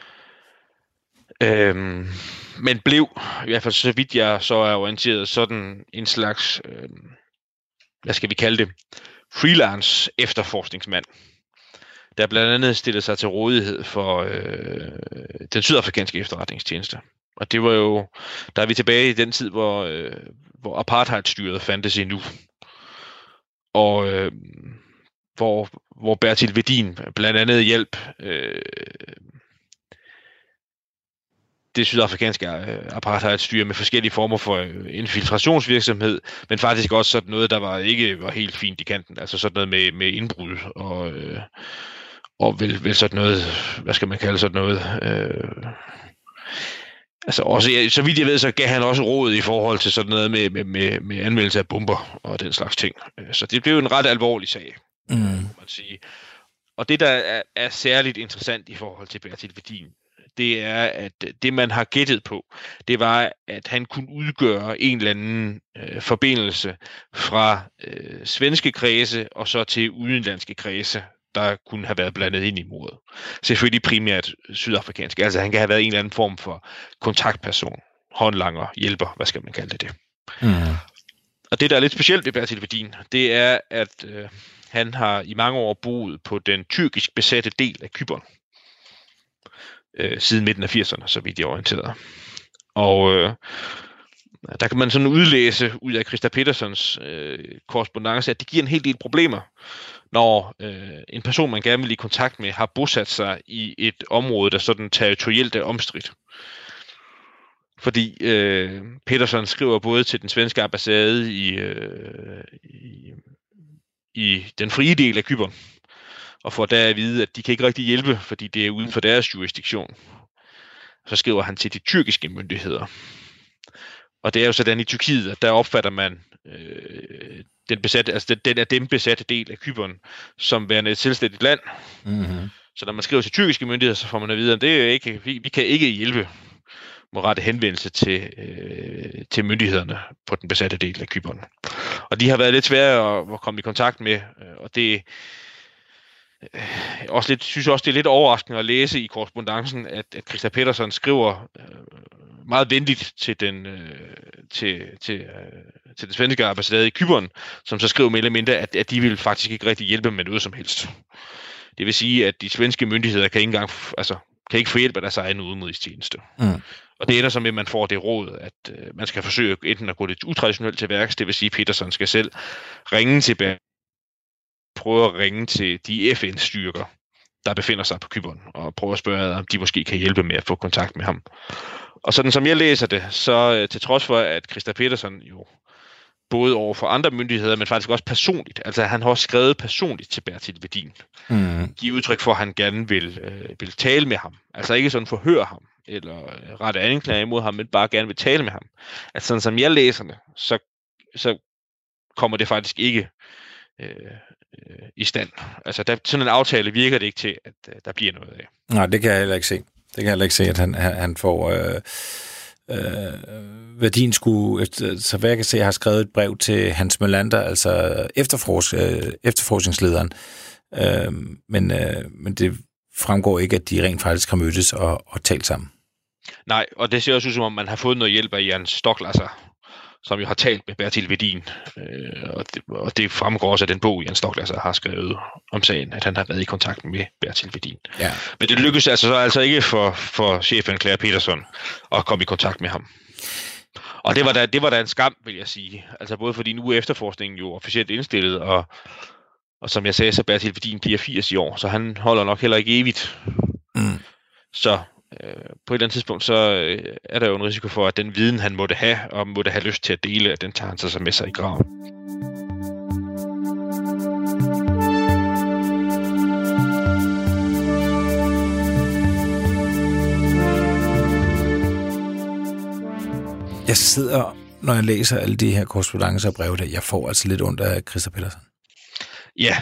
Øhm, men blev, i hvert fald så vidt jeg så er orienteret, sådan en slags... Øh, hvad skal vi kalde det, freelance efterforskningsmand, der blandt andet stillede sig til rådighed for øh, den sydafrikanske efterretningstjeneste. Og det var jo, der er vi tilbage i den tid, hvor, øh, hvor apartheidstyret fandtes endnu. Og øh, hvor, hvor Bertil Wedin blandt andet hjalp øh, det sydafrikanske apartheidstyre med forskellige former for infiltrationsvirksomhed, men faktisk også sådan noget, der var ikke var helt fint i kanten, altså sådan noget med, med indbrud og, øh, og vel, vel sådan noget, hvad skal man kalde sådan noget, øh, altså også, så vidt jeg ved, så gav han også råd i forhold til sådan noget med, med, med, med anvendelse af bomber og den slags ting. Så det blev en ret alvorlig sag, mm. må man sige. Og det, der er, er særligt interessant i forhold til Bertil Wedin, det er, at det, man har gættet på, det var, at han kunne udgøre en eller anden øh, forbindelse fra øh, svenske kredse og så til udenlandske kredse, der kunne have været blandet ind i mordet. Selvfølgelig primært sydafrikanske. Altså han kan have været en eller anden form for kontaktperson, håndlanger, hjælper, hvad skal man kalde det det. Mm. Og det, der er lidt specielt ved Bertil Wedin, det er, at øh, han har i mange år boet på den tyrkisk besatte del af Cypern. Øh, siden midten af firserne, så vidt jeg er orienteret. Og øh, der kan man sådan udlæse ud af Christa Petersons øh, korrespondance, at det giver en hel del problemer, når øh, en person, man gerne vil i kontakt med, har bosat sig i et område, der sådan territorielt er omstridt. Fordi øh, Peterson skriver både til den svenske ambassade i, øh, i, i den frie del af Cypern, og får der at vide, at de kan ikke rigtig hjælpe, fordi det er uden for deres jurisdiktion. Så skriver han til de tyrkiske myndigheder. Og det er jo sådan i Tyrkiet, at der opfatter man øh, den, besatte, altså den, den er dem besatte del af Cypern, som værende et selvstændigt land. Mm-hmm. Så når man skriver til tyrkiske myndigheder, så får man at vide, at det er ikke, vi, vi kan ikke hjælpe, må rette henvendelse til, øh, til myndighederne på den besatte del af Cypern. Og de har været lidt svære at, at komme i kontakt med, og det også lidt, synes også, det er lidt overraskende at læse i korrespondancen, at, at Christa Peterson skriver øh, meget venligt til den, øh, til, til, øh, til den svenske ambassade i Cypern, som så skriver mere eller mindre, at, at de vil faktisk ikke rigtig hjælpe med noget som helst. Det vil sige, at de svenske myndigheder kan ikke engang, altså, kan ikke få hjælp af deres egen udenrigstjeneste. Mm. Og det ender så med, at man får det råd, at øh, man skal forsøge enten at gå lidt utraditionelt til værks, det vil sige, at Peterson skal selv ringe til prøve at ringe til de F N-styrker, der befinder sig på Cypern, og prøve at spørge, om de måske kan hjælpe med at få kontakt med ham. Og sådan som jeg læser det, så til trods for, at Christa Peterson jo både over for andre myndigheder, men faktisk også personligt, altså han har også skrevet personligt til Bertil Wedin, mm. giver udtryk for, at han gerne vil, øh, vil tale med ham. Altså ikke sådan forhøre ham, eller rette anklager imod ham, men bare gerne vil tale med ham. Altså sådan som jeg læser det, så, så kommer det faktisk ikke øh, øh, i stand. Altså der, sådan en aftale virker det ikke til, at øh, der bliver noget af. Nej, det kan jeg heller ikke se. Det kan jeg heller ikke se, at han, han får... Øh øh, Verdin skulle, så hvad jeg kan se, har skrevet et brev til Hans Melander, altså efterforsk, øh, efterforskningslederen. Øh, men, øh, men det fremgår ikke, at de rent faktisk har mødtes og, og talt sammen. Nej, og det ser også ud som om, man har fået noget hjælp af Jan Stoklasser, som jo har talt med Bertil Vedin. Øh, og, det, og det fremgår også af den bog, Jan Stoklasser har skrevet om sagen, at han har været i kontakt med Bertil Vedin. Ja. Men det lykkedes altså, så altså ikke for, for chefanklager Peterson at komme i kontakt med ham. Og det var, da, det var da en skam, vil jeg sige. Altså både fordi nu er efterforskningen jo officielt indstillet, og, og som jeg sagde, så Bertil Vedin bliver firs i år, så han holder nok heller ikke evigt. Mm. Så øh, på et eller andet tidspunkt, så øh, er der jo en risiko for, at den viden, han måtte have, og måtte have lyst til at dele, at den tager han sig så med sig i graven. Jeg sidder, når jeg læser alle de her korrespondancer og breve, der jeg får altså lidt ondt af Christa Peterson. Ja.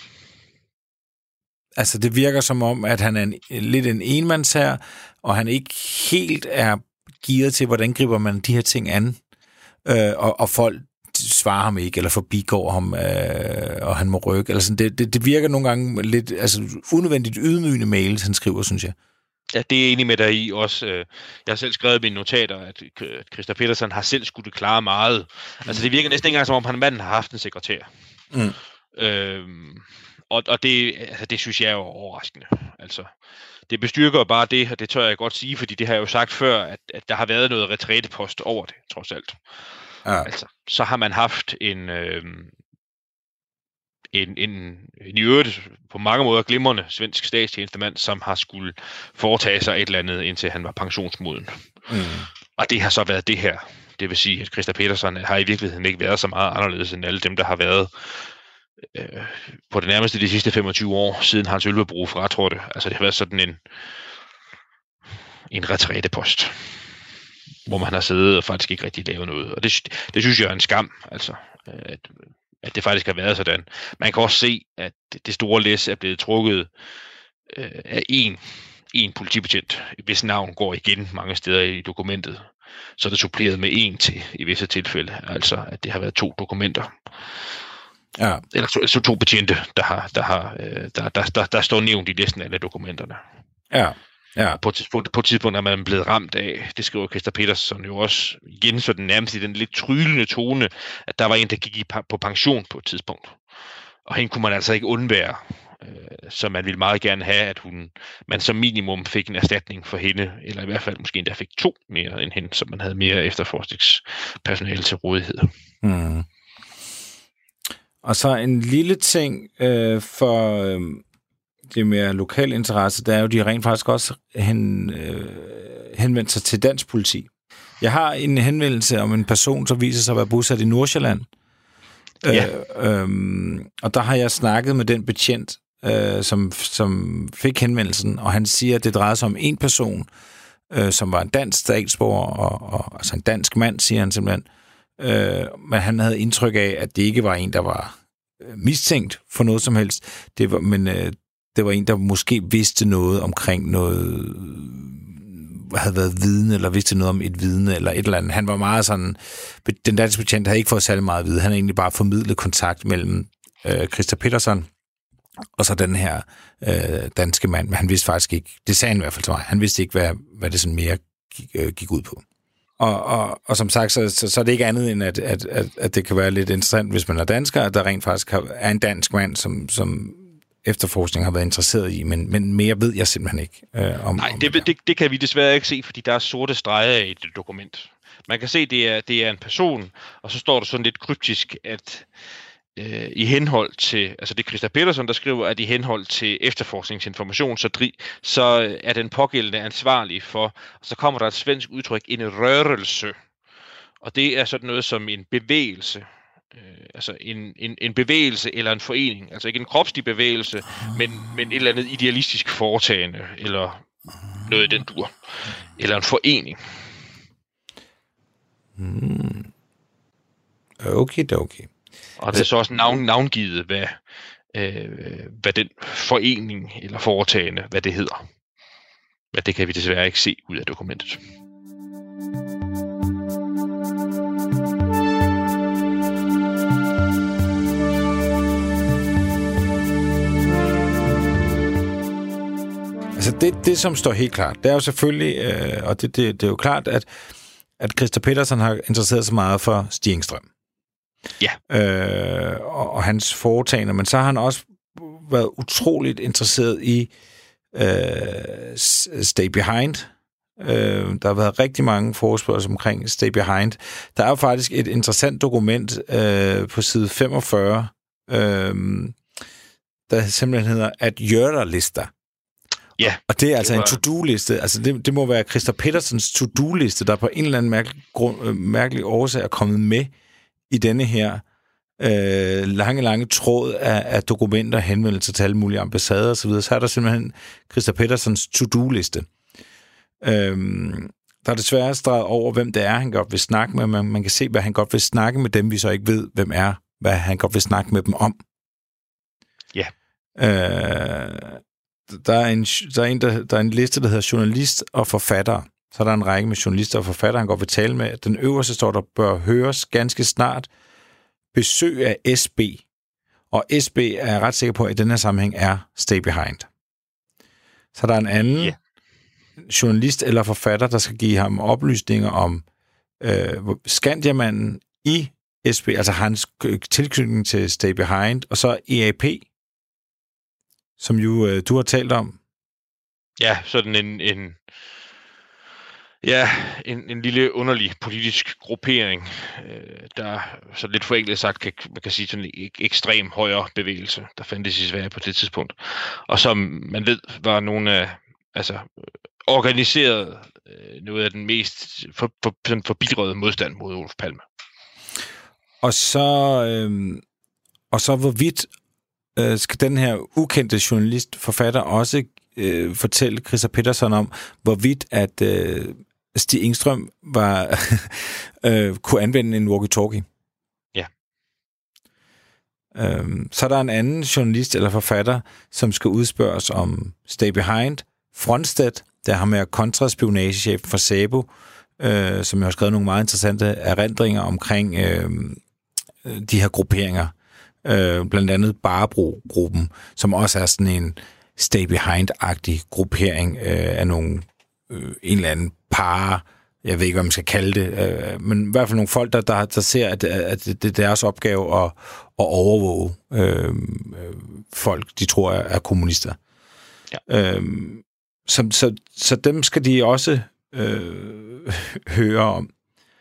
Altså, det virker som om, at han er en, lidt en enmandsherre, og han ikke helt er gearet til, hvordan griber man de her ting an. Øh, og, og folk svarer ham ikke, eller forbigår ham, øh, og han må rykke. Eller sådan. Det, det, det virker nogle gange lidt altså, unødvendigt ydmygende mails, han skriver, synes jeg. Ja, det er enig med dig i også. Jeg har selv skrevet i mine notater, at Christa Peterson har selv skulle klare meget. Mm. Altså, det virker næsten ikke engang, som om han manden har haft en sekretær. Mm. Øhm, og og det, altså, det synes jeg er jo overraskende. Altså, det bestyrker bare det, og det tør jeg godt sige, fordi det har jeg jo sagt før, at, at der har været noget retrætepost over det, trods alt. Ja. Altså, så har man haft en... Øhm, En, en, en i øvrigt på mange måder glimrende svensk statstjenestemand, som har skulle foretage sig et eller andet, indtil han var pensionsmoden. Mm. Og det har så været det her. Det vil sige, at Christa Peterson har i virkeligheden ikke været så meget anderledes end alle dem, der har været øh, på det nærmeste de sidste femogtyve år, siden Hans Ølvebro fratrådte. Altså det har været sådan en, en retrætepost, hvor man har siddet og faktisk ikke rigtig lavet noget. Og det, det synes jeg er en skam, altså at at det faktisk har været sådan. Man kan også se, at det store læs er blevet trukket øh, af en, en politibetjent, hvis navn går igen mange steder i dokumentet. Så er det suppleret med en til i visse tilfælde. Altså, at det har været to dokumenter. Ja. Eller to, altså to betjente, der, har, der, har, øh, der, der, der, der står nævnt i næsten alle dokumenterne. Ja. Ja. På, på, på et tidspunkt er man blevet ramt af, det skriver Christa Peterson jo også, igen sådan nærmest i den lidt tryllende tone, at der var en, der gik i, på pension på et tidspunkt. Og hende kunne man altså ikke undvære. Øh, så man ville meget gerne have, at hun, man som minimum fik en erstatning for hende, eller i hvert fald måske endda fik to mere end hende, så man havde mere efterforskningspersonale til rådighed. Hmm. Og så en lille ting øh, for... Øh det mere lokal interesse, der er jo, de rent faktisk også hen, øh, henvendt sig til dansk politi. Jeg har en henvendelse om en person, som viser sig at være bosat i Nordsjælland. Ja. Øh, øh, og der har jeg snakket med den betjent, øh, som, som fik henvendelsen, og han siger, at det drejer sig om en person, øh, som var en dansk statsborger, og, og, altså en dansk mand, siger han simpelthen. Øh, men han havde indtryk af, at det ikke var en, der var mistænkt for noget som helst. Det var, men øh, det var en, der måske vidste noget omkring noget, havde været vidne, eller vidste noget om et vidne, eller et eller andet. Han var meget sådan, den danske betjent havde ikke fået særlig meget at vide. Han havde egentlig bare formidlet kontakt mellem øh, Christa Peterson og så den her øh, danske mand, men han vidste faktisk ikke, det sagde han i hvert fald til mig, han vidste ikke, hvad, hvad det sådan mere gik, øh, gik ud på. Og, og, og som sagt, så, så, så er det ikke andet end, at, at, at, at det kan være lidt interessant, hvis man er dansker, at der rent faktisk er en dansk mand, som, som efterforskning har været interesseret i, men, men mere ved jeg simpelthen ikke øh, om... Nej, om det, det, det kan vi desværre ikke se, fordi der er sorte streger i det dokument. Man kan se, at det er, det er en person, og så står der sådan lidt kryptisk, at øh, i henhold til... Altså det er Christa Peterson, der skriver, at i henhold til efterforskningsinformation, så, dri, så er den pågældende ansvarlig for... Og så kommer der et svensk udtryk, en rørelse. Og det er sådan noget som en bevægelse. Øh, altså en, en, en bevægelse eller en forening, altså ikke en kropslig bevægelse, men, men et eller andet idealistisk foretagende, eller noget i den dur, eller en forening. Hmm. Okay, okay. Og det er så også navn, navngivet, hvad, øh, hvad den forening eller foretagende, hvad det hedder. Men det kan vi desværre ikke se ud af dokumentet. Altså det, det, som står helt klart, det er jo selvfølgelig, øh, og det, det, det er jo klart, at, at Christer Pettersson har interesseret sig meget for Stig Engstrøm. Ja. Øh, og, og hans foretagende, men så har han også været utroligt interesseret i øh, Stay Behind. Øh, der har været rigtig mange forespørgsler omkring Stay Behind. Der er jo faktisk et interessant dokument øh, på side femogfyrre, øh, der simpelthen hedder At Gjørder-lister. Ja. Og det er altså det var... en to-do-liste. Altså det, det må være Christer Petterssons to-do-liste, der på en eller anden mærkelig, grund, mærkelig årsag er kommet med i denne her øh, lange, lange tråd af, af dokumenter, henvendelser til alle mulige ambassader osv. Så er der simpelthen Christer Petterssons to-do-liste. Øhm, der er desværre streget over, hvem det er, han godt vil snakke med. Man, man kan se, hvad han godt vil snakke med dem, vi så ikke ved, hvem er, hvad han godt vil snakke med dem om. Ja. Øh, der, er en, der, er en, der, der er en liste, der hedder journalist og forfatter. Så er der en række med journalister og forfatter, han godt vil tale med. Den øverste står der, bør høres ganske snart. Besøg af S B. Og S B er jeg ret sikker på, at i den her sammenhæng er Stay Behind. Så der er en anden yeah. journalist eller forfatter, der skal give ham oplysninger om øh, Skandiamanden i S B, altså hans tilknytning til Stay Behind, og så E A P, som jo øh, du har talt om. Ja, sådan en, en ja, en, en lille underlig politisk gruppering, øh, der så lidt forenklet sagt, kan, man kan sige sådan en ekstrem højre bevægelse, der fandtes i Sverige på det tidspunkt, og som man ved var nogle af, altså organiseret øh, noget af den mest for, for, sådan forbittrede modstand mod Olof Palme. Og så, øh, og så hvorvidt øh, skal den her ukendte journalist, forfatter også øh, fortælle Christer Pettersson om, hvorvidt at øh, Stig Engstrøm var, øh, kunne anvende en walkie-talkie. Ja. Øhm, så er der en anden journalist eller forfatter, som skal udspørges om Stay Behind. Frontstedt, der har med kontraspionagechef for SÄPO, øh, som har skrevet nogle meget interessante erindringer omkring øh, de her grupperinger. Øh, blandt andet Barbro-gruppen, som også er sådan en Stay Behind-agtig gruppering øh, af nogle øh, en eller anden par, jeg ved ikke, hvad man skal kalde det, øh, men i hvert fald nogle folk, der, der, der ser, at, at det er deres opgave at, at overvåge øh, folk, de tror er, er kommunister. Ja. Øh, så, så, så dem skal de også øh, høre om.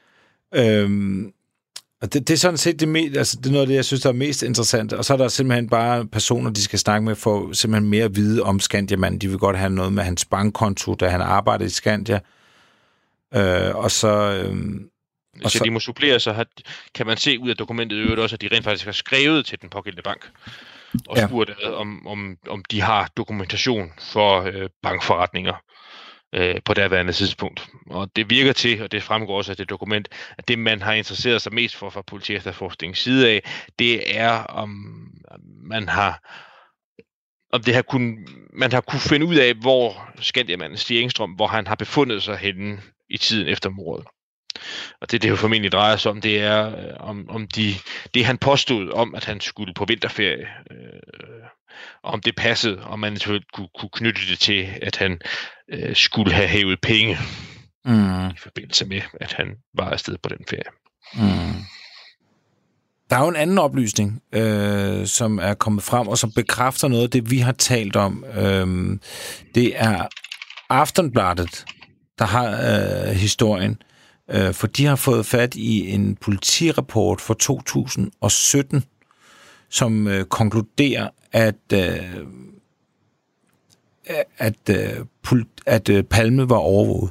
Øh, og det, det er sådan set det, mest, altså det er noget af det, jeg synes, der er mest interessant. Og så er der simpelthen bare personer, de skal snakke med, for simpelthen mere at vide om Skandiamanden. De vil godt have noget med hans bankkonto, da han arbejdede i Skandia. Øh, og så... Øh, Hvis jeg lige må supplere, så har, kan man se ud af dokumentet øvrigt også, at de rent faktisk har skrevet til den pågældende bank. Og ja. spurgt om, om, om de har dokumentation for øh, bankforretninger øh, på derværende tidspunkt. Og det virker til, og det fremgår også af det dokument, at det, man har interesseret sig mest for fra politiefterforskningens side af, det er, om man har om det har kun, man har kunne finde ud af, hvor Skandiamanden Stig Engstrøm, hvor han har befundet sig henne i tiden efter mordet. Og det, det jo formentlig drejer sig om, det er, øh, om, om de, det han påstod om, at han skulle på vinterferie, øh, om det passede, og man kunne, kunne knytte det til, at han øh, skulle have hævet penge mm. i forbindelse med, at han var afsted på den ferie. Mm. Der er jo en anden oplysning, øh, som er kommet frem, og som bekræfter noget af det, vi har talt om. Øh, det er Aftonbladet, der har øh, historien, øh, for de har fået fat i en politirapport for to tusind og sytten, som øh, konkluderer, at øh, at, øh, pul- at øh, Palme var overvåget.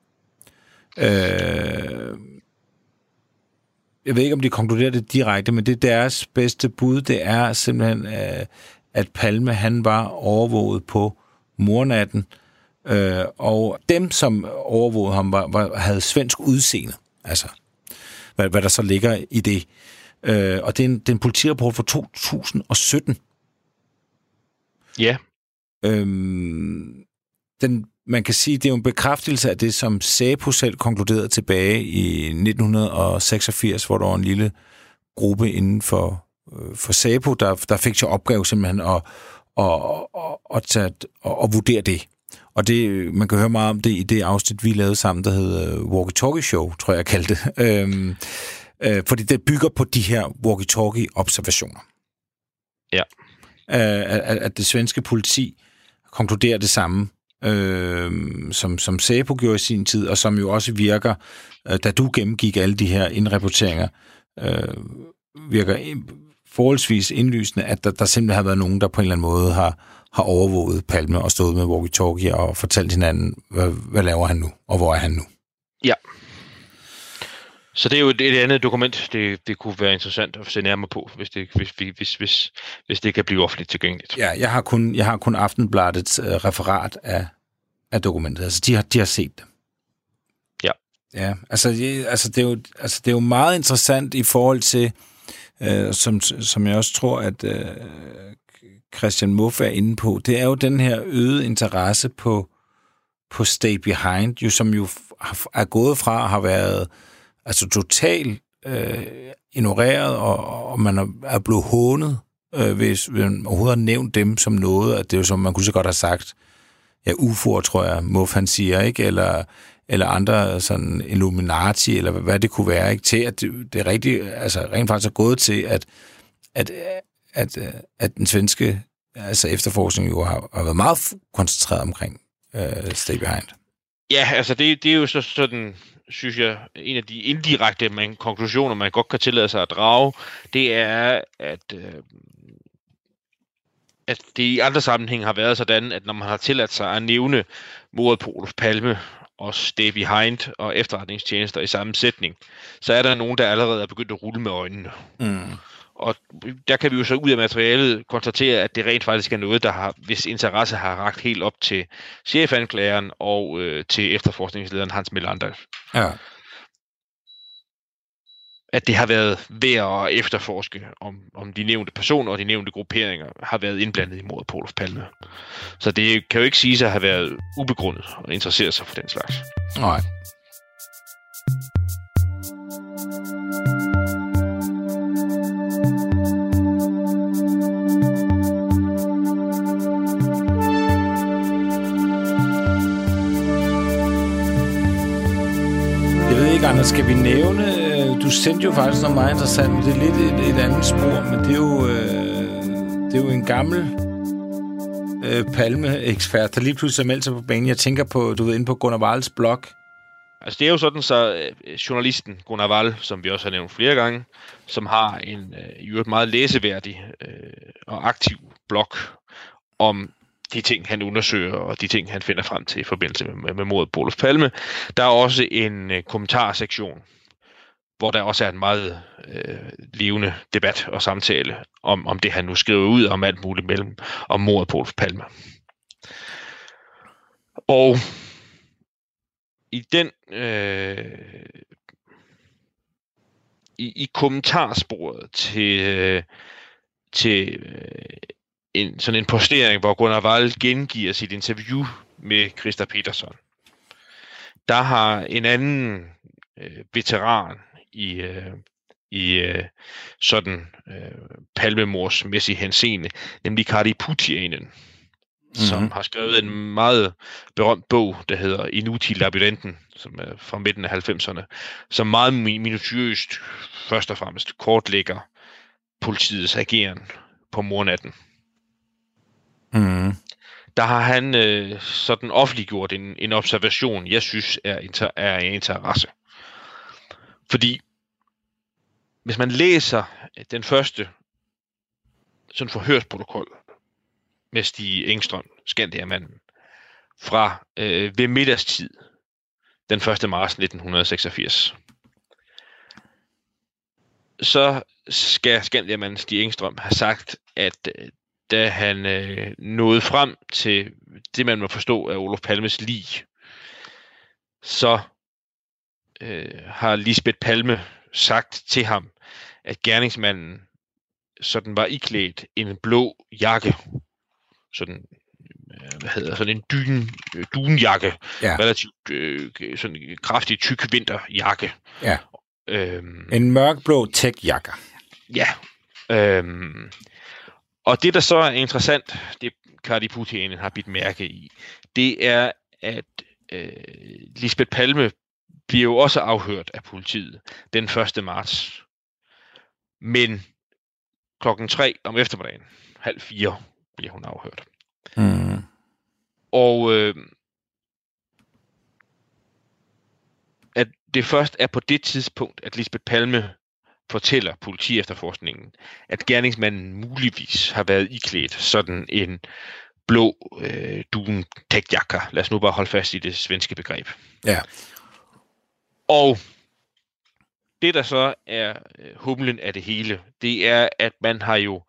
Øh, jeg ved ikke, om de konkluderer det direkte, men det er deres bedste bud, det er simpelthen, øh, at Palme, han var overvåget på mordnatten, øh, og dem, som overvågede ham, var, var, havde svensk udseende, altså, hvad, hvad der så ligger i det. Øh, og det er, en, det er en politirapport fra to tusind og sytten. Ja. Øhm, den man kan sige, det er jo en bekræftelse af det, som SÄPO selv konkluderede tilbage i nitten seksogfirs, hvor der var en lille gruppe inden for, øh, for SÄPO, der, der fik til opgave simpelthen at, at, at, at, tage, at, at vurdere det. Og det, man kan høre meget om det i det afsnit, vi lavede sammen, der hedder Walkie Talkie Show, tror jeg, jeg kaldte det. Øhm, øh, fordi det bygger på de her walkie-talkie-observationer. Ja. Øh, at, at det svenske politi konkluderer det samme, øh, som, som SÄPO gjorde i sin tid, og som jo også virker, øh, da du gennemgik alle de her indrapporteringer, øh, virker forholdsvis indlysende, at der, der simpelthen har været nogen, der på en eller anden måde har, har overvåget Palme og stået med walkie-talkie og fortalt hinanden, hvad, hvad laver han nu, og hvor er han nu. Ja. Så det er jo et, et andet dokument, det, det kunne være interessant at se nærmere på, hvis det, hvis, hvis, hvis, hvis det kan blive offentligt tilgængeligt. Ja, jeg har kun, jeg har kun Aftenbladets uh, referat af, af dokumentet. Altså, de har, de har set det. Ja. Ja, altså, det, altså, det er jo, altså, det er jo meget interessant i forhold til, uh, som, som jeg også tror, at uh, Christian Muff er inde på, det er jo den her øgede interesse på, på Stay Behind, jo, som jo er gået fra at have været altså totalt øh, ignoreret, og, og man er, er blevet hånet, øh, hvis man overhovedet har nævnt dem som noget, at det er jo som, man kunne så godt have sagt, ja, U F O'er, tror jeg, Muff han siger, ikke? Eller, eller andre sådan Illuminati, eller hvad det kunne være, ikke? Til at det, det er rigtig, altså rent faktisk er gået til, at, at, at, at den svenske altså efterforskning jo har, har været meget koncentreret omkring øh, Stay Behind. Ja, altså det, det er jo så sådan, synes jeg, en af de indirekte man, konklusioner, man godt kan tillade sig at drage, det er, at, øh, at det i andre sammenhæng har været sådan, at når man har tilladt sig at nævne mordet på Olof Palme og Stay Behind og efterretningstjenester i samme sætning, så er der nogen, der allerede er begyndt at rulle med øjnene. Mm. Og der kan vi jo så ud af materialet konstatere, at det rent faktisk er noget, der har, hvis interesse har rakt helt op til chefanklageren og øh, til efterforskningslederen Hans Melander. Ja. At det har været værd at efterforske, om, om de nævnte personer og de nævnte grupperinger har været indblandet i mordet på Olof Palme. Så det kan jo ikke siges at have været ubegrundet og interessere sig for den slags. Nej. Anders, skal vi nævne, du sendte jo faktisk noget meget interessant, men det er lidt et, et andet spor, men det er jo, øh, det er jo en gammel øh, Palme-ekspert, der lige pludselig er meldt sig på banen. Jeg tænker på, du ved, inde på Gunnar Walls blog. Altså det er jo sådan, så øh, journalisten Gunnar Wall, som vi også har nævnt flere gange, som har en øh, jo et meget læseværdig øh, og aktiv blog om de ting, han undersøger, og de ting, han finder frem til i forbindelse med, med mordet på Olof Palme. Der er også en øh, kommentarsektion, hvor der også er en meget øh, levende debat og samtale om, om det, han nu skriver ud om alt muligt mellem om mordet på Olof Palme. Og i den øh, i, i kommentarsporet til øh, til øh, en, sådan en postering, hvor Gunnar Wall gengiver sit interview med Christer Petersson. Der har en anden øh, veteran i, øh, i øh, sådan øh, palmemordsmæssig henseende, nemlig Kari Putiainen, mm-hmm. som har skrevet en meget berømt bog, der hedder Inuti Labyrinten, som er fra midten af halvfemserne, som meget minutiøst først og fremmest kortlægger politiets ageren på mordnatten. Mm. Der har han øh, sådan offentliggjort en, en observation, jeg synes er, inter, er en interesse. Fordi hvis man læser den første sådan forhørsprotokol med Stig Engstrøm, Skandiamanden, fra øh, ved middagstid den første marts nitten seksogfirs, så skal Skandiamanden Stig Engstrøm have sagt, at øh, da han øh, nåede frem til det, man må forstå af Olof Palmes lig, så øh, har Lisbeth Palme sagt til ham, at gerningsmanden sådan var iklædt en blå jakke, sådan hvad hedder sådan en dyn, dunjakke, ja. relativt øh, sådan en kraftig, tyk vinterjakke. Ja. Øhm, en mørkblå tech-jakke. Ja. Øhm, og det, der så er interessant, det Kari Putiainen har bidt mærke i, det er, at øh, Lisbeth Palme bliver jo også afhørt af politiet den første marts. Men klokken tre om eftermiddagen, halv fire, bliver hun afhørt. Mm. Og øh, at det først er på det tidspunkt, at Lisbeth Palme fortæller politiefterforskningen, at gerningsmanden muligvis har været iklædt sådan en blå øh, dun tech-jakke. Lad os nu bare holde fast i det svenske begreb. Ja. Og det, der så er øh, humlen af det hele, det er, at man har jo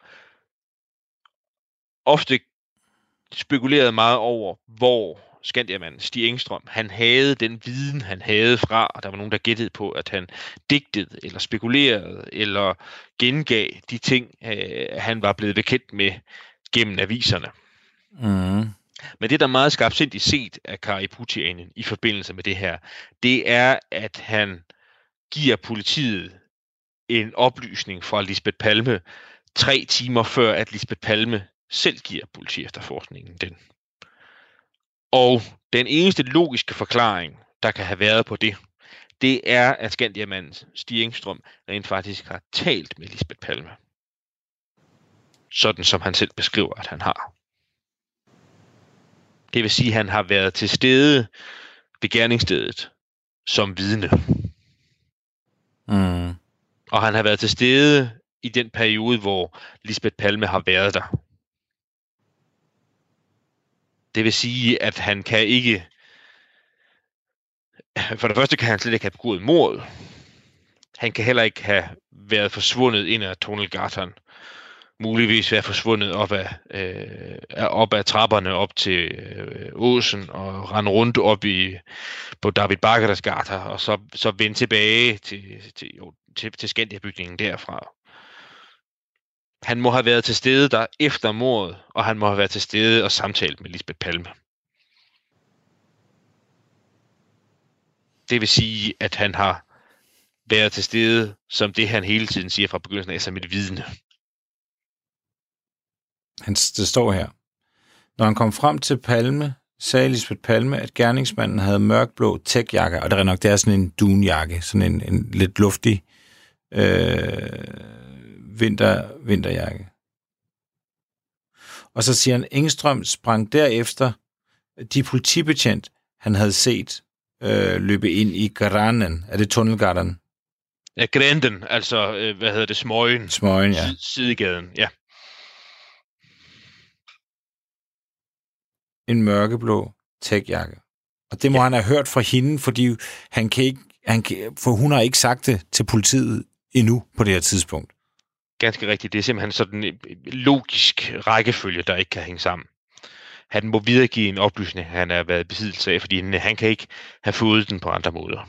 ofte spekuleret meget over, hvor Skandiamanden, Stig Engstrøm, han havde den viden, han havde fra, og der var nogen, der gættede på, at han digtede, eller spekulerede, eller gengav de ting, øh, han var blevet bekendt med gennem aviserne. Mm. Men det, der er meget skarpsindigt set af Kari Putiainen i forbindelse med det her, det er, at han giver politiet en oplysning fra Lisbeth Palme tre timer før, at Lisbeth Palme selv giver politiefterforskningen den. Og den eneste logiske forklaring, der kan have været på det, det er, at Skandiamanden Stig Engstrøm rent faktisk har talt med Lisbeth Palme. Sådan som han selv beskriver, at han har. Det vil sige, at han har været til stede ved gerningsstedet som vidne. Mm. Og han har været til stede i den periode, hvor Lisbeth Palme har været der. Det vil sige, at han kan ikke... For det første kan han slet ikke have begået mordet. Han kan heller ikke have været forsvundet ind ad Tunnelgatan. Muligvis være forsvundet op af, øh, op af trapperne op til øh, åsen og rende rundt op i, på David Bagaras gata, og så, så vende tilbage til, til, jo, til, til Skandia-bygningen derfra. Han må have været til stede der efter mordet, og han må have været til stede og samtalt med Lisbeth Palme. Det vil sige, at han har været til stede, som det han hele tiden siger fra begyndelsen af, som et vidne. Han, det står her. Når han kom frem til Palme, sagde Lisbeth Palme, at gerningsmanden havde mørkblå tech-jakke, og det er nok, det er sådan en dunjakke, sådan en, en lidt luftig øh, vinter, vinterjakke. Og så siger han, Engstrøm sprang derefter de politibetjent, han havde set øh, løbe ind i Granen. Er det Tunnelgatan? Ja, Gränden, altså, øh, hvad hedder det, Smøgen. Smøgen, ja. Sidegaden, ja. En mørkeblå tech-jakke. Og det må ja. han have hørt fra hende, fordi han kan ikke, han kan, for hun har ikke sagt det til politiet endnu på det her tidspunkt. Ganske rigtigt. Det er simpelthen sådan en logisk rækkefølge, der ikke kan hænge sammen. Han må videregive en oplysning, han har været i besiddelse af, fordi han kan ikke have fået den på andre måder.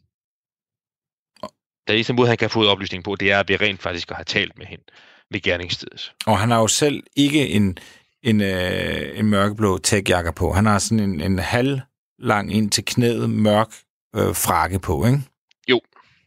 Den eneste måde, han kan have fået oplysning på, det er, at vi rent faktisk har talt med hende ved gerningsstedet. Og han har jo selv ikke en en, øh, en mørkeblå tech-jakke på. Han har sådan en, en halv lang ind til knæet mørk øh, frakke på, ikke? Jo.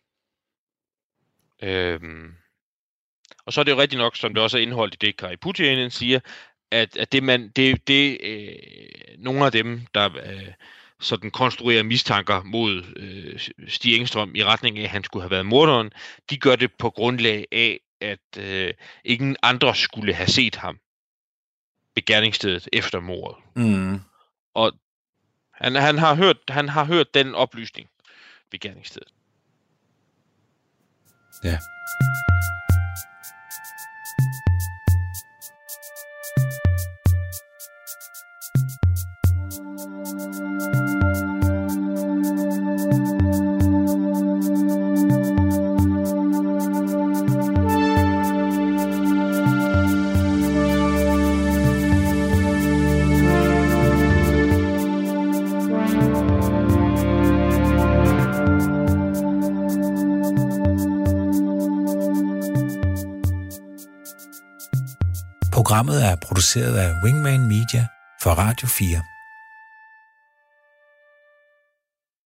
Øhm. Og så er det jo rigtigt nok, som det også er indeholdt i det, Kari Putiainen siger, at, at det man, det, det øh, nogle af dem, der øh, sådan konstruerer mistanker mod øh, Stig Engstrøm i retning af, at han skulle have været morderen, de gør det på grundlag af, at øh, ingen andre skulle have set ham ved gerningsstedet efter mordet. Mm. Og han, han, har hørt, han har hørt den oplysning ved gerningsstedet. Ja. Programmet er produceret af Wingman Media for Radio fire.